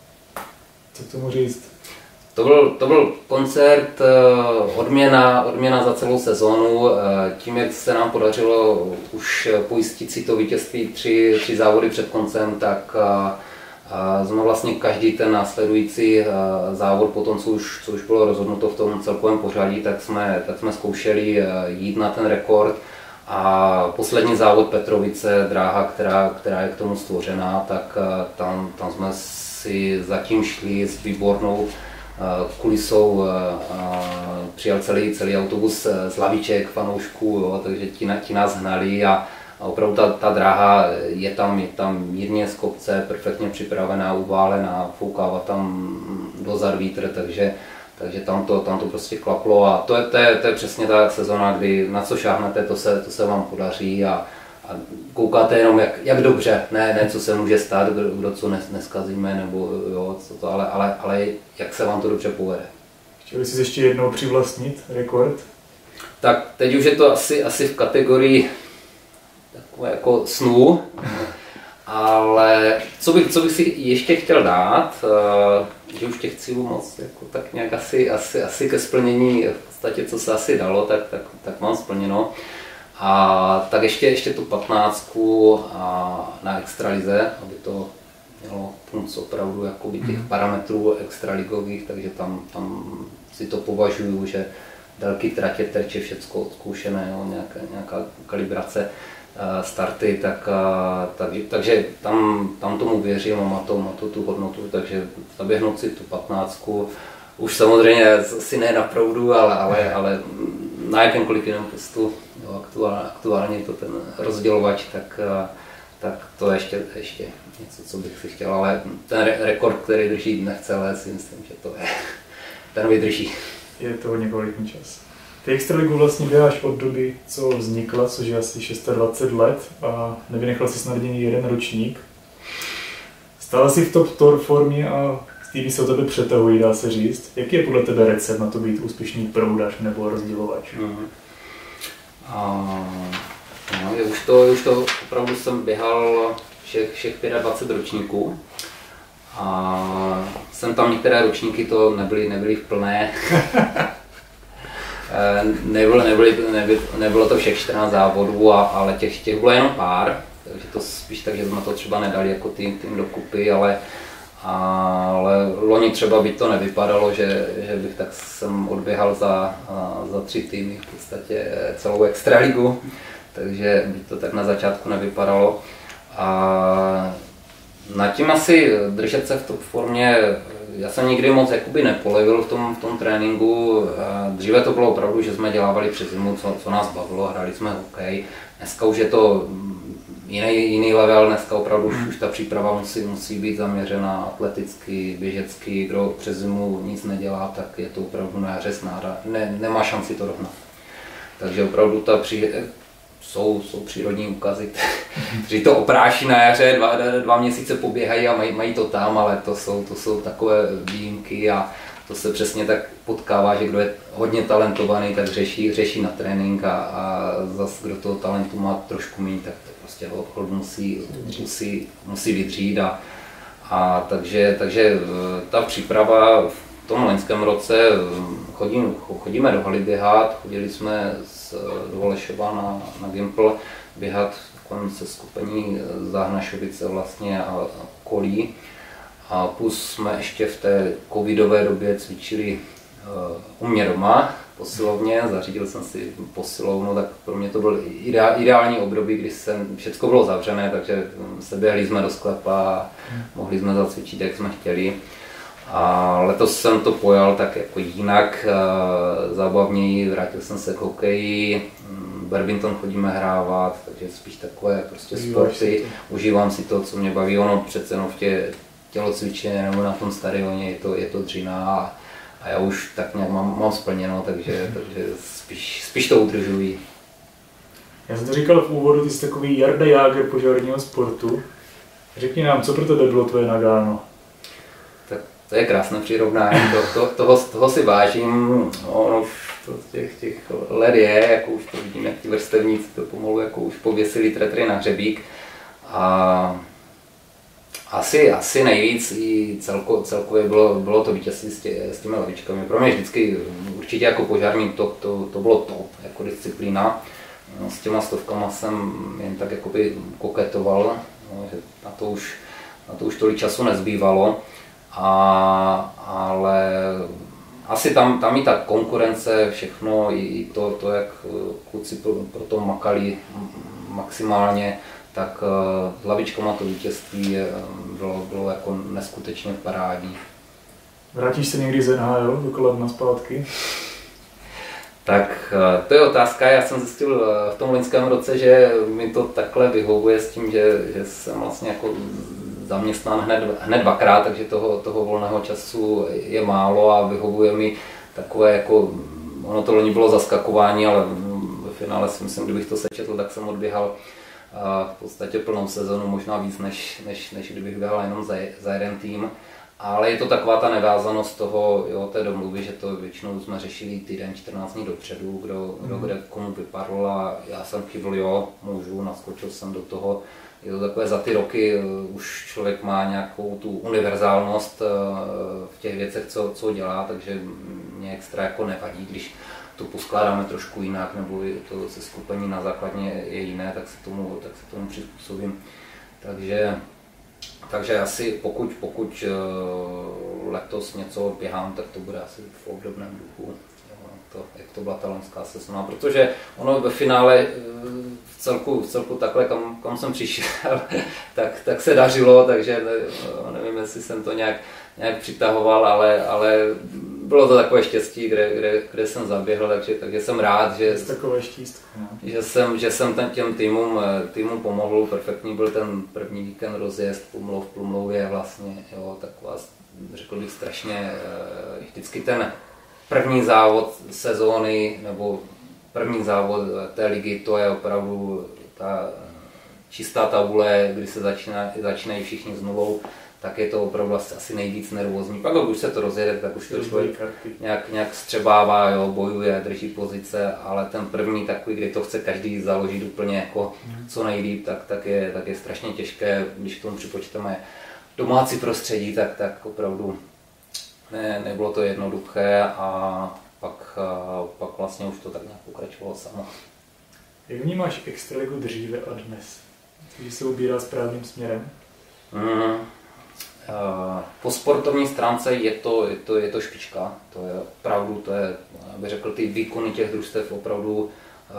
Co k tomu říct? To byl, to byl koncert, odměna, odměna za celou sezónu. Tím, jak se nám podařilo už pojistit si to vítězství tři, tři závody před koncem, tak jsme vlastně každý ten následující závod, po tom, co už, co už bylo rozhodnuto v tom celkovém pořadí, tak jsme, tak jsme zkoušeli jít na ten rekord. A poslední závod Petrovice, dráha, která, která je k tomu stvořená, tak tam, tam jsme si zatím šli s výbornou kulisou. Přijel celý, celý autobus z laviček, fanoušků, jo, takže ti, ti nás hnali a, a opravdu ta, ta dráha je tam, je tam mírně z kopce, perfektně připravená, uválená, foukává tam dozad vítr, takže Takže tam to, tam to prostě klaplo a to je, to, je, to je přesně ta sezona, kdy na co šáhnete, to se, to se vám podaří a, a koukáte jenom jak, jak dobře, ne, ne co se může stát, kdo, kdo co nes, neskazíme nebo jo, co to, ale, ale, ale jak se vám to dobře povede. Chtěli jsi ještě jednou přivlastnit rekord? Tak teď už je to asi, asi v kategorii takové jako snů. Ale co bych, co bych si ještě chtěl dát, že už těch cílů moc, jako tak nějak asi, asi, asi ke splnění, v podstatě co se asi dalo, tak, tak, tak mám splněno. A tak ještě, ještě tu patnáctku a na extralize, aby to mělo punc opravdu jakoby těch parametrů extraligových, takže tam, tam si to považuju, že délky tratě, terče, všecko odzkoušené, jo, nějaká, nějaká kalibrace. Starty, tak, tak, takže tam, tam tomu věřím a má to, má to tu hodnotu, takže zaběhnout si tu patnáctku, už samozřejmě si ne na proudu, ale, ale, ale na jakémkoliv jiném postu, jo, aktuálně, aktuálně to ten rozdělovač, tak, tak to ještě, ještě něco, co bych si chtěl, ale ten re- rekord, který drží nechce, ale si myslím, že to je, ten vydrží. Je to hodně kvalitní čas. Ty extraligu vlastně běháš od doby, co vznikla, což je asi dvacet šest let a nevynechal si snad ani jeden ročník. Stále jsi v top tour formě a týmy se o tebe přetahují, dá se říct. Jaký je podle tebe recept na to být úspěšný proudař nebo rozdělovač? Mm. A... No, už, to, už to opravdu jsem běhal všech, všech dvacet pět ročníků a jsem tam některé ročníky to nebyly, nebyly v plné. nebylo, nebyly, nebyly, nebylo to všech čtrnáct závodů, a, ale těch, těch bylo jenom pár, takže to spíš tak, že jsme to třeba nedali jako tým, tým dokupy, ale, ale loni třeba by to nevypadalo, že, že bych tak jsem odběhal za, za tři týmy v podstatě celou extraligu, takže by to tak na začátku nevypadalo. A nad tím asi držet se v top formě, já jsem nikdy moc jakoby nepolevil v tom, v tom tréninku. Dříve to bylo opravdu, že jsme dělávali přes zimu, co, co nás bavilo, hráli jsme hokej. Dneska už je to jiný, jiný level, dneska opravdu už, už ta příprava musí, musí být zaměřena atleticky, běžecky. Kdo přes zimu nic nedělá, tak je to opravdu na jaře snáda, ne, nemá šanci to dohnat. Takže opravdu ta při, jsou, jsou přírodní úkazy, kteří to opráší na jaře, dva, dva měsíce poběhají a mají, mají to tam, ale to jsou, to jsou takové výjimky a to se přesně tak potkává, že kdo je hodně talentovaný, tak řeší, řeší na trénink a, a zase kdo toho talentu má trošku méně, tak to prostě ho musí, musí, musí vydřít. A, a takže, takže ta příprava v tom loňském roce, chodím, chodíme do haly běhat, chodili jsme z, do Holešova na, na Gimpl běhat v se skupení Záhnašovice vlastně a okolí. A plus jsme ještě v té covidové době cvičili uh, u mě doma posilovně, zařídil jsem si posilovnu, tak pro mě to byl ideální období, kdy jsem, všechno bylo zavřené, takže se běhli jsme do sklepa a mohli jsme zacvičit, jak jsme chtěli. A letos jsem to pojal tak jako jinak, uh, zábavněji, vrátil jsem se k hokeji, badminton chodíme hrávat, takže spíš takové prostě sporty, užívám si to, co mě baví, ono přece jenom v tě, tělocvičně nebo na tom stadioně je to, je to dřina a, a já už tak nějak mám, mám splněno, takže, takže spíš, spíš to udržuji. Já jsem to říkal v úvodu, ty jsi takový Jarda Jágr požárního sportu. Řekni nám, co pro tebe bylo tvoje Nagano? Tak to je krásné přirovnání, to, to, toho, toho si vážím, ono už to těch, těch let je, jako už to vidím, jak ti vrstevníci to pomalu jako už pověsili tretry na hřebík. A Asi, asi nejvíc i celko, celkově bylo, bylo to vítězství s, tě, s těmi lavičkami. Pro mě vždycky určitě jako požární to, to, to bylo top, jako disciplína. S těma stovkama jsem jen tak jakoby koketoval, no, že na to už, na to už tolik času nezbývalo. A, ale asi tam, tam i ta konkurence, všechno, i to, to jak kluci pro, pro to makali maximálně, tak s lavičkama to vítězství bylo, bylo jako neskutečně parádní. Vrátíš se někdy z N H L do Kladna zpátky? Tak to je otázka. Já jsem zjistil v tom loňském roce, že mi to takhle vyhovuje s tím, že, že jsem vlastně jako zaměstnán hned, hned dvakrát, takže toho, toho volného času je málo a vyhovuje mi takové jako, ono to loni bylo zaskakování, ale ve finále si myslím, kdybych to sečetl, tak jsem odběhal v podstatě plnou sezonu, možná víc, než, než, než kdybych běhal jenom za, za jeden tým. Ale je to taková ta nevázanost toho, jo, té domluvy, že to většinou jsme řešili týden, čtrnáct dní dopředu, kdo, kdo kde komu vypadl a já jsem kývl, jo, můžu, naskočil jsem do toho. Je to takové za ty roky, už člověk má nějakou tu univerzálnost v těch věcech, co, co dělá, takže mě extra jako nevadí, když to poskládáme trošku jinak, nebo to se skupení na základně je jiné, tak se tomu, tak se tomu přizpůsobím. Takže, takže asi pokud, pokud letos něco běhám, tak to bude asi v obdobném duchu, to, jak to byla ta loňská sezóna, protože ono ve finále v celku, v celku takhle, kam, kam jsem přišel, tak, tak se dařilo, takže nevím, jestli jsem to nějak, nějak přitahoval, ale, ale bylo to takové štěstí, kde, kde, kde jsem zaběhl, takže, takže jsem rád, že, takové štěstí, že jsem, že jsem ten, těm týmům, týmům pomohl. Perfektní byl ten první víkend rozjezd Plumlov, Plumlově vlastně, jo, taková, řekl bych, strašně vždycky ten první závod sezóny nebo první závod té ligy, to je opravdu ta čistá tabule, kdy se začíná, začínají všichni s nulou. tak je to opravdu asi nejvíc nervózní. Pak už se to rozjede, tak už to člověk nějak, nějak střebává, jo, bojuje, drží pozice, ale ten první takový, kdy to chce každý založit úplně jako co nejlíp, tak, tak, je, tak je strašně těžké, když k tomu připočteme domácí prostředí, tak, tak opravdu ne, nebylo to jednoduché a pak, a pak vlastně už to tak nějak pokračovalo samo. Jak vnímáš extraligu dříve a dnes? Když se ubírá správným směrem? Mm. Po sportovní stránce je to, je to, je to špička, to je opravdu, to je, bych řekl, ty výkony těch družstev opravdu uh,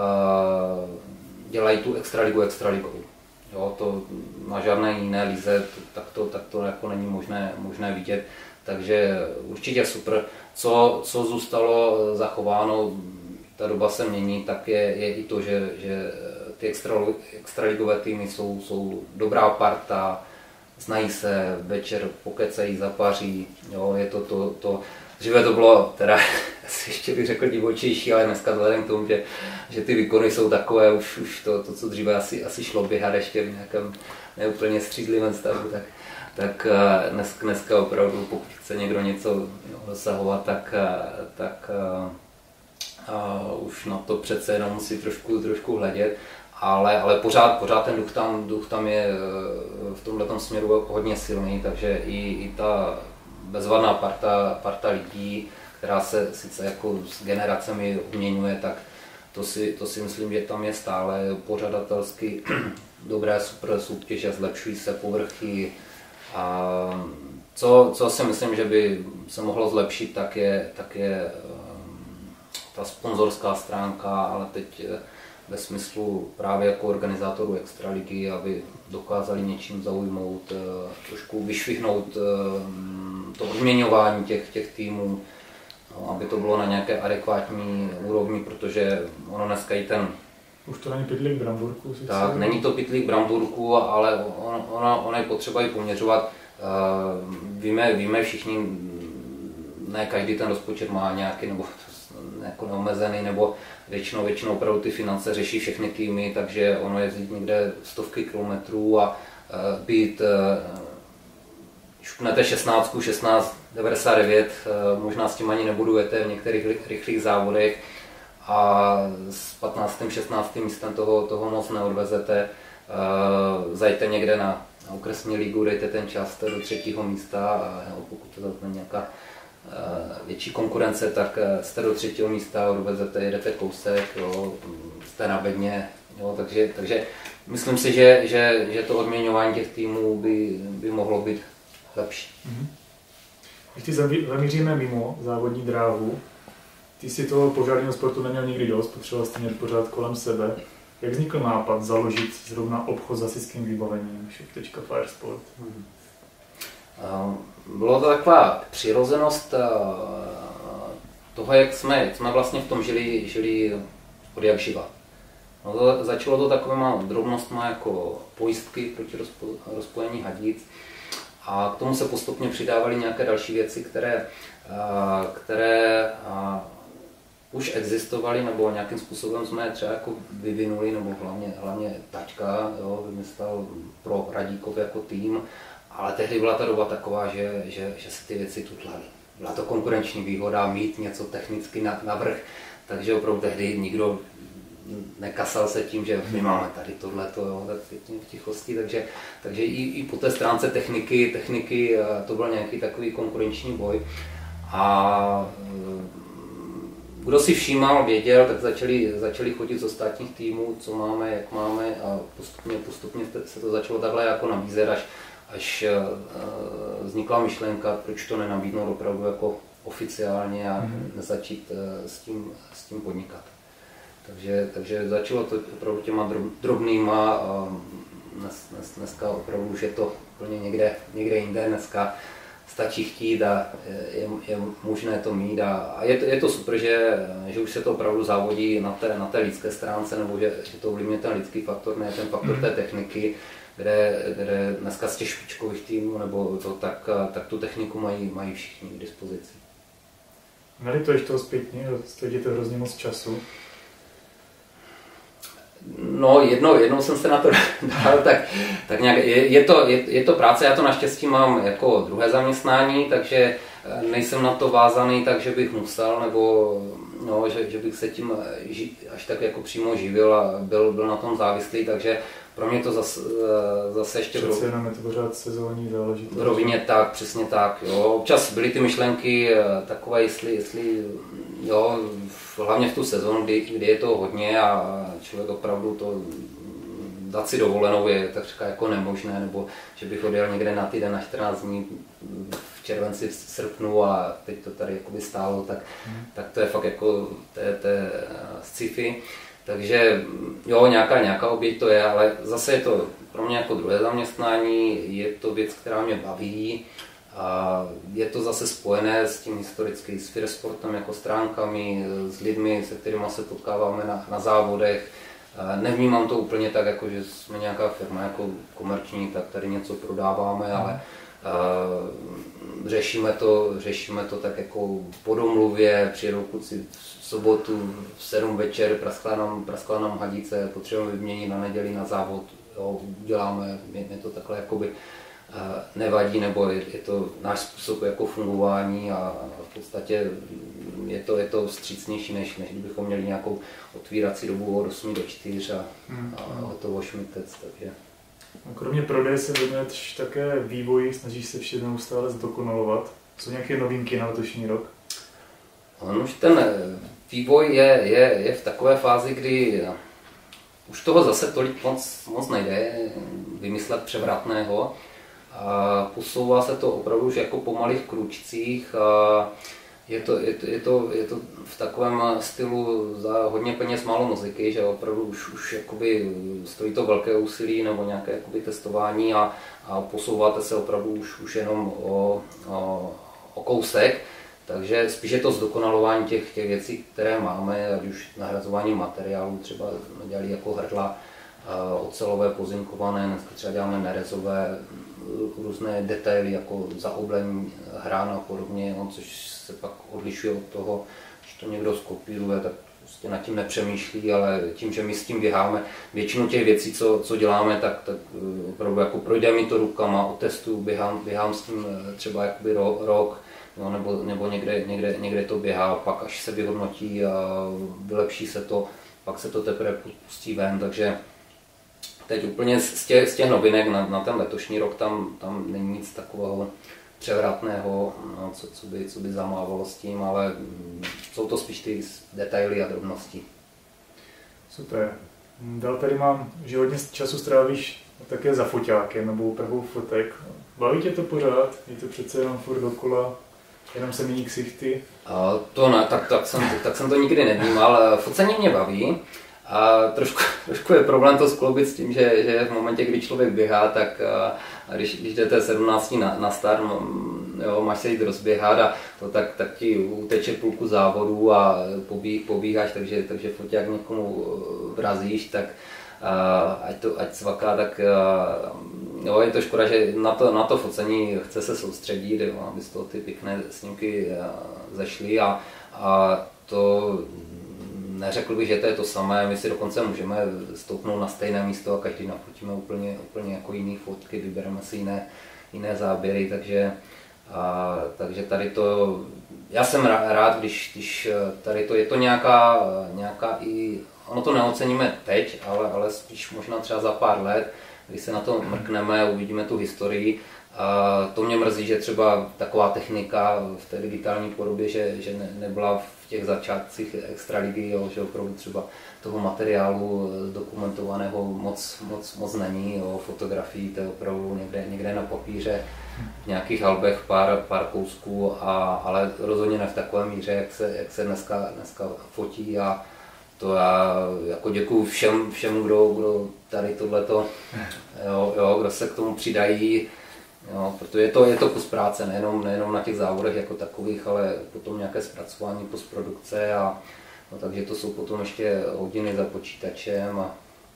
dělají tu extraligu extraligou. Jo, to na žádné jiné lize, tak to, tak to jako není možné, možné vidět, takže určitě super. Co, co zůstalo zachováno, ta doba se mění, tak je, je i to, že, že ty extra, extraligové týmy jsou, jsou dobrá parta, znají se, večer pokecají, zapaří, jo, je to to, to dříve to bylo, teda ještě bych řekl divočejší, ale dneska vzhledem k tomu, že, že ty výkony jsou takové, už, už to, to, co dříve asi, asi šlo běhat ještě v nějakém neúplně střídlivém stavu, tak, tak dnes, dneska opravdu, pokud chce někdo něco jo, dosahovat, tak, tak a, a už na to přece jenom musí trošku, trošku hledět. Ale, ale pořád, pořád ten duch tam, duch tam je v tomhletom směru hodně silný, takže i, i ta bezvadná parta, parta lidí, která se sice jako s generacemi obměňuje, tak to si, to si myslím, že tam je stále pořadatelsky dobré super soutěže, zlepšují se povrchy. A co, co si myslím, že by se mohlo zlepšit, tak je, tak je ta sponzorská stránka, ale teď ve smyslu právě jako organizátorů extraligy, aby dokázali něčím zaujmout, trošku vyšvihnout to odměňování těch, těch týmů, no, aby to bylo na nějaké adekvátní úrovni, protože ono dneska i ten... Už to není pytlík Bramburku? Tak, není to pytlík Bramburku, ale ono, ono, ono je potřeba i poměřovat. Víme, víme všichni, ne každý ten rozpočet má nějaký, nebo jako neomezený, nebo většinou, většinou opravdu ty finance řeší všechny týmy, takže ono jezdit někde stovky kilometrů a uh, být, uh, šupnete šestnáct, šestnáct devadesát devět, uh, možná s tím ani nebudujete v některých rychlých závodech a s patnáctým šestnáctým místem toho, toho moc neodvezete. Uh, zajďte někde na, na okresní ligu, dejte ten čas do třetího místa a jo, pokud to zatne nějaká větší konkurence, tak jste do třetího místa, odvezete, jedete kousek, jo, jste na bedně, jo, takže, takže myslím si, že, že, že to odměňování těch týmů by, by mohlo být lepší. Mm-hmm. Když ty zamíříme mimo závodní dráhu, ty si toho požárního sportu neměl nikdy dost, potřeboval jsi mět pořád kolem sebe. Jak vznikl nápad založit zrovna obchod s hasičským vybavením, shop tečka firesport? Mm-hmm. Bylo to taková přirozenost toho, jak jsme, jak jsme vlastně v tom žili, žili od jak živa. No to, začalo to takovýma drobnostma jako pojistky proti rozpo, rozpojení hadic a k tomu se postupně přidávaly nějaké další věci, které, které už existovaly nebo nějakým způsobem jsme je třeba jako vyvinuli, nebo hlavně, hlavně taťka jo, vymyslel pro Radíkov jako tým. Ale tehdy byla ta doba taková, že, že, že se ty věci tutlaly. Byla to konkurenční výhoda mít něco technicky navrch, takže opravdu tehdy nikdo nekasal se tím, že my máme tady tohleto, jo, tak v tichosti, takže, takže i, i po té stránce techniky, techniky to byl nějaký takový konkurenční boj. A kdo si všímal, věděl, tak začali, začali chodit z ostatních týmů, co máme, jak máme a postupně, postupně se to začalo takhle jako nabízet, až až vznikla myšlenka, proč to nenabídnout opravdu jako oficiálně a mm-hmm. začít s tím, s tím podnikat. Takže, takže začalo to opravdu těma drobnýma a dnes, dnes, dneska opravdu už je to úplně někde, někde jinde. Dneska stačí chtít a je, je možné to mít a, a je, to, je to super, že, že už se to opravdu závodí na té, na té lidské stránce, nebo že, že to ovlivňuje ten lidský faktor, ne ten faktor té techniky, kde, kde dneska z těch špičkových týmů, nebo to, tak, tak tu techniku mají, mají všichni k dispozici. Nelituješ toho zpětně, stojí to hrozně moc času? No, jednou, jednou jsem se na to dal, tak, tak nějak, je, je, to, je, je to práce, já to naštěstí mám jako druhé zaměstnání, takže nejsem na to vázaný tak, že bych musel, nebo no, že, že bych se tím ži, až tak jako přímo živil a byl, byl na tom závislý, takže pro mě to zase, zase ještě... Přece jenom je to pořád sezónní záležitost. V rovině tak, přesně tak. Jo. Občas byly ty myšlenky takové, jestli, jestli jo, hlavně v tu sezónu, kdy, kdy je to hodně a člověk opravdu to dát si dovolenou je tak říká jako nemožné, nebo že bych odjel někde na týden, na čtrnáct dní v červenci, v srpnu a teď to tady jakoby stálo, tak, hmm. tak to je fakt jako to je, to je sci-fi. Takže jo, nějaká, nějaká oběť to je, ale zase je to pro mě jako druhé zaměstnání, je to věc, která mě baví a je to zase spojené s tím historicky, s Firsportem jako stránkami, s lidmi, se kterými se potkáváme na, na závodech. Nevnímám to úplně tak, jako že jsme nějaká firma jako komerční, tak tady něco prodáváme, ale uh, řešíme to, řešíme to tak jako po domluvě, přijedou kluci v sobotu v sedm večer, praskla nám, praskla nám hadice, potřebujeme vyměnit na neděli na závod, jo, uděláme, mě, mě to takhle jakoby uh, nevadí, nebo je, je to náš způsob jako fungování a v podstatě je to, je to vstřícnější, než, než kdybychom měli nějakou otvírací dobu od osmi do čtyř a, hmm. a hotovo šmitec, takže. Kromě prodeje se věnuješ také vývoji, snažíš se vše neustále zdokonalovat. Jsou nějaké novinky na letošní rok? On už ten vývoj je, je, je v takové fázi, kdy už toho zase tolik moc, moc nejde vymyslet převratného. A posouvá se to opravdu už jako po malých kručcích. A je to, je, to, je, to, je to v takovém stylu za hodně peněz málo muziky, že opravdu už, už jakoby stojí to velké úsilí nebo nějaké jakoby testování a, a posouváte se opravdu už, už jenom o, o, o kousek. Takže spíš je to zdokonalování těch, těch věcí, které máme, ať už nahrazování materiálů, třeba dělali jako hrdla, ocelové pozinkované, dneska třeba děláme nerezové, různé detaily jako zaoblení hrán a podobně, no, což se pak odlišuje od toho, když to někdo skopíruje, tak prostě nad tím nepřemýšlí, ale tím, že my s tím běháme, většinu těch věcí, co, co děláme, tak, tak opravdu jako projde mi to rukama, otestuju, běhám, běhám s tím třeba jakoby ro, rok, no, nebo, nebo někde, někde, někde to běhá, pak až se vyhodnotí a vylepší se to, pak se to teprve pustí ven, takže teď úplně z těch, z těch novinek na, na ten letošní rok tam, tam není nic takového převratného, no, co, co, by, co by zamávalo s tím, ale jsou to spíš ty detaily a drobnosti. Super. Dál tady mám, že hodně času strávíš také za foťákem nebo úpravou fotek. Baví tě to pořád? Je to přece jenom furt dokola, jenom se mění ksichty? A to ne, tak, tak, jsem, tak jsem to nikdy nevnímal. Focení mě baví. A trošku, trošku je problém to skloubit s tím, že, že v momentě, kdy člověk běhá, tak a, a když, když jdete sedmnáct na, na start, jo, máš se jít rozběhat a to tak, tak ti uteče půlku závodů a pobí, pobíháš, takže, takže foťák někomu vrazíš, tak a, ať to ať cvaká, tak a, jo, je to škoda, že na to, na to focení chce se soustředit, jo, aby z toho ty pěkné snímky zašly a, a to neřekl bych, že to je to samé, my si dokonce můžeme stoupnout na stejné místo a každý nafotíme úplně, úplně jako jiné fotky, vybereme si jiné, jiné záběry, takže, a, takže tady to, já jsem rád, když, když tady to je to nějaká, nějaká i, ono to neoceníme teď, ale, ale spíš možná třeba za pár let, když se na to mrkneme, uvidíme tu historii. A to mě mrzí, že třeba taková technika v té digitální podobě, že, že ne, nebyla v těch začátcích extraligy, jo, že opravdu třeba toho materiálu dokumentovaného moc, moc, moc není, jo, fotografií, to je opravdu někde, někde na papíře, v nějakých albech pár, pár kousků, a, ale rozhodně ne v takové míře, jak se, jak se dneska, dneska fotí. A to já jako děkuju všem, všem kdo, kdo tady tohleto, jo, jo, kdo se k tomu přidají. Jo, protože je to, je to kus práce, nejenom, nejenom na těch závodech jako takových, ale potom nějaké zpracování postprodukce, a no, takže to jsou potom ještě hodiny za počítačem a,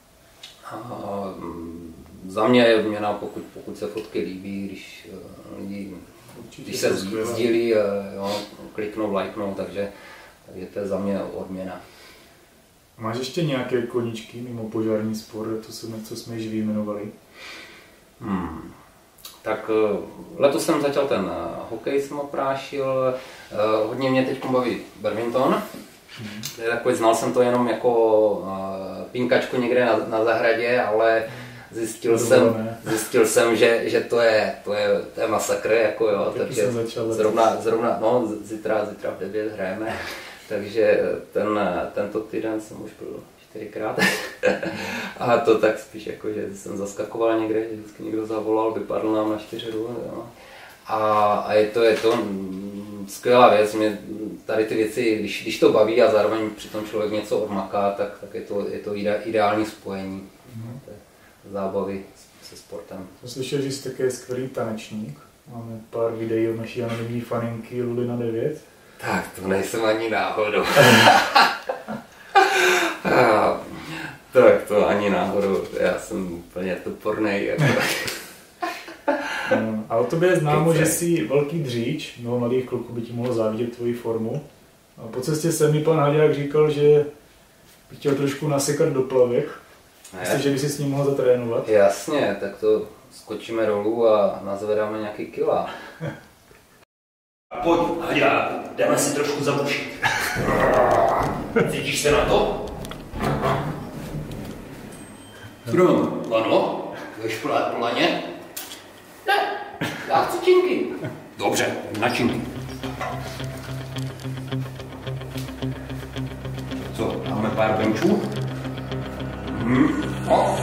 a za mě je odměna, pokud, pokud se fotky líbí, když lidi, když se sdílí, jo, kliknou, lajknou, takže, takže to je za mě odměna. Máš ještě nějaké koníčky mimo požární sport, to jsme, co jsme již vyjmenovali? Hmm. Tak letos jsem začal ten hokej, jsem oprášil, hodně mě teď baví badminton. Hmm. Takový, znal jsem to jenom jako pinkačku někde na, na zahradě, ale zjistil jsem, zjistil jsem, že, že to, je, to, je, to je masakr, jako jo, takže zrovna, zrovna, no, zítra, zítra v devět hrajeme, takže ten, tento týden jsem už byl čtyřikrát a to tak spíš jako, že jsem zaskakoval někde, že vždycky někdo zavolal, vypadl nám na čtyři, jo. A, a je to, je to skvělá věc, mě tady ty věci, když, když to baví a zároveň přitom člověk něco odmaká, tak, tak je to, je to ideální spojení mm. zábavy se sportem. Jsem slyšel, že jsi také skvělý tanečník. Máme pár videí od naší anonymní faninky Lulina devět. Tak to nejsem ani náhodou. Tak to ani náhodou, já jsem úplně topornej. Jako. A o tobě je známo, že jsi velký dříč, mnoho mladých kluků by ti mohlo závidět tvoji formu. A po cestě se mi pan Haďák říkal, že by chtěl trošku nasekat do plavek. Myslíš, že by si s ním mohl zatrénovat? Jasně, tak to skočíme dolů a nazvedáme nějaký kila. Pojď, Haďák, jdeme si trošku zabušit. Cítíš se na to? Krom. Ano, Jdeš planě? Ne, já chci činky. dobře, na činky. Co, dáme pár benčů? Hmm. No.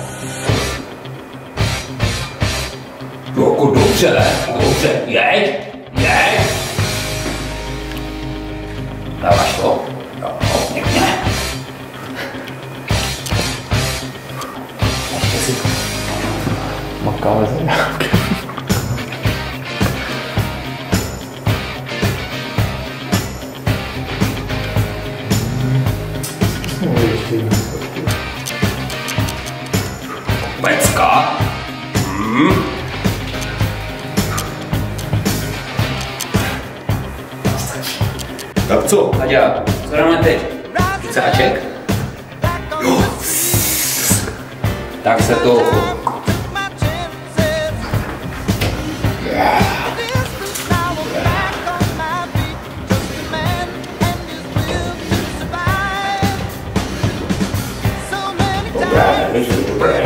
Jako dobře, dobře, jeď, jeď. Dáváš to? No, pěkně. Ještě si Makáme za nějaké. Pecka. Hmm. Tak co? Haďa, co dáme teď? Picáček? Jo. Tak se to... Dobré,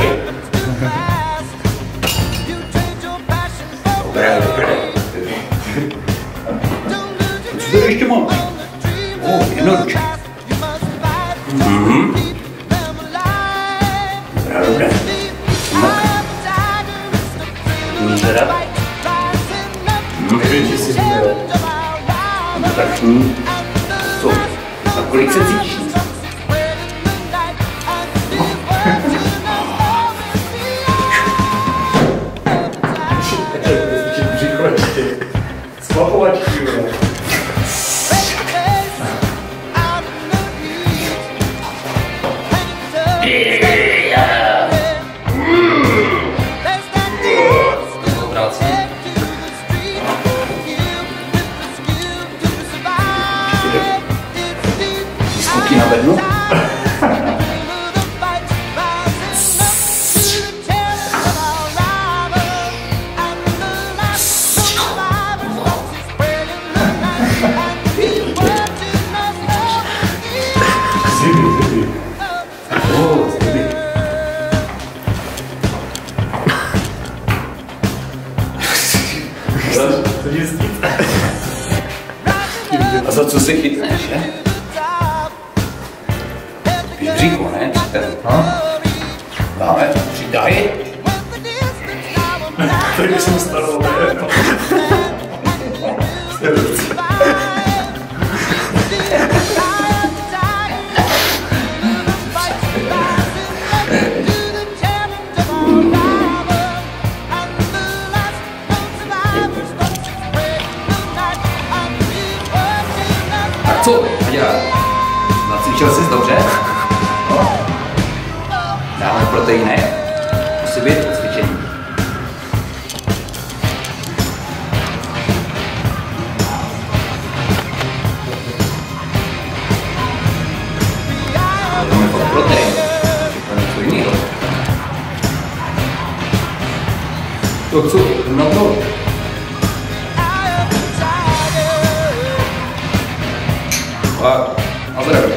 dobré, dobré. Co tady ještě mám? O, jednoduše. Mhm. Dobré, dobré. Může dát? Nevím, že jsi zběl. Tak hm. Co? A kolik se cítíš? Sklapovačky, jo. Výskoky na bednu? A za co se chytneš, že? Spíš bříchu, ne? Ha? Dáme, přidaj. Tak jsem starou, ne? Tak co, Haďa? Nacvičil jsi dobře? No. Dáme proteiny. Musí být cvičení. Jdeme To co? No to. A, a zdraví.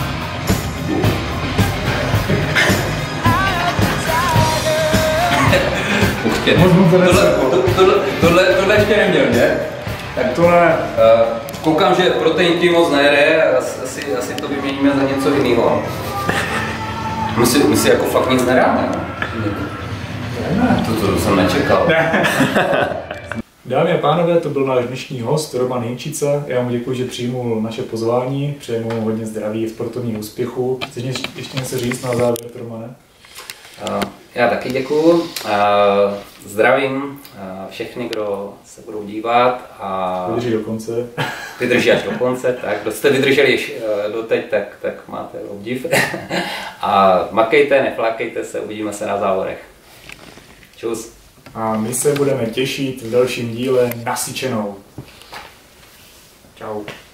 Určitě ne. Tohle, to, tohle, tohle, tohle ještě neměl, ne? Tak to ne. Uh, koukám, že protein ti moc nejde, asi, asi to vyměníme za něco jiného. My si, my si jako fakt nic nedáme. Ne, to, to jsem nečekal. Dámy a pánové, to byl náš dnešní host Roman Hinčica. Já mu děkuji, že přijmul naše pozvání. Přeji mu hodně zdraví, sportovních úspěchů. Chceš ještě něco říct na závěr, Romane? Uh, já taky děkuju. Uh, zdravím uh, všechny, kdo se budou dívat. A vydrží do konce. Vydrží až do konce, tak kdo jste vydrželi uh, doteď, tak, tak máte obdiv. A makejte, neflákejte se, uvidíme se na závodech. Čus. A my se budeme těšit v dalším díle Nasyčenou. Čau.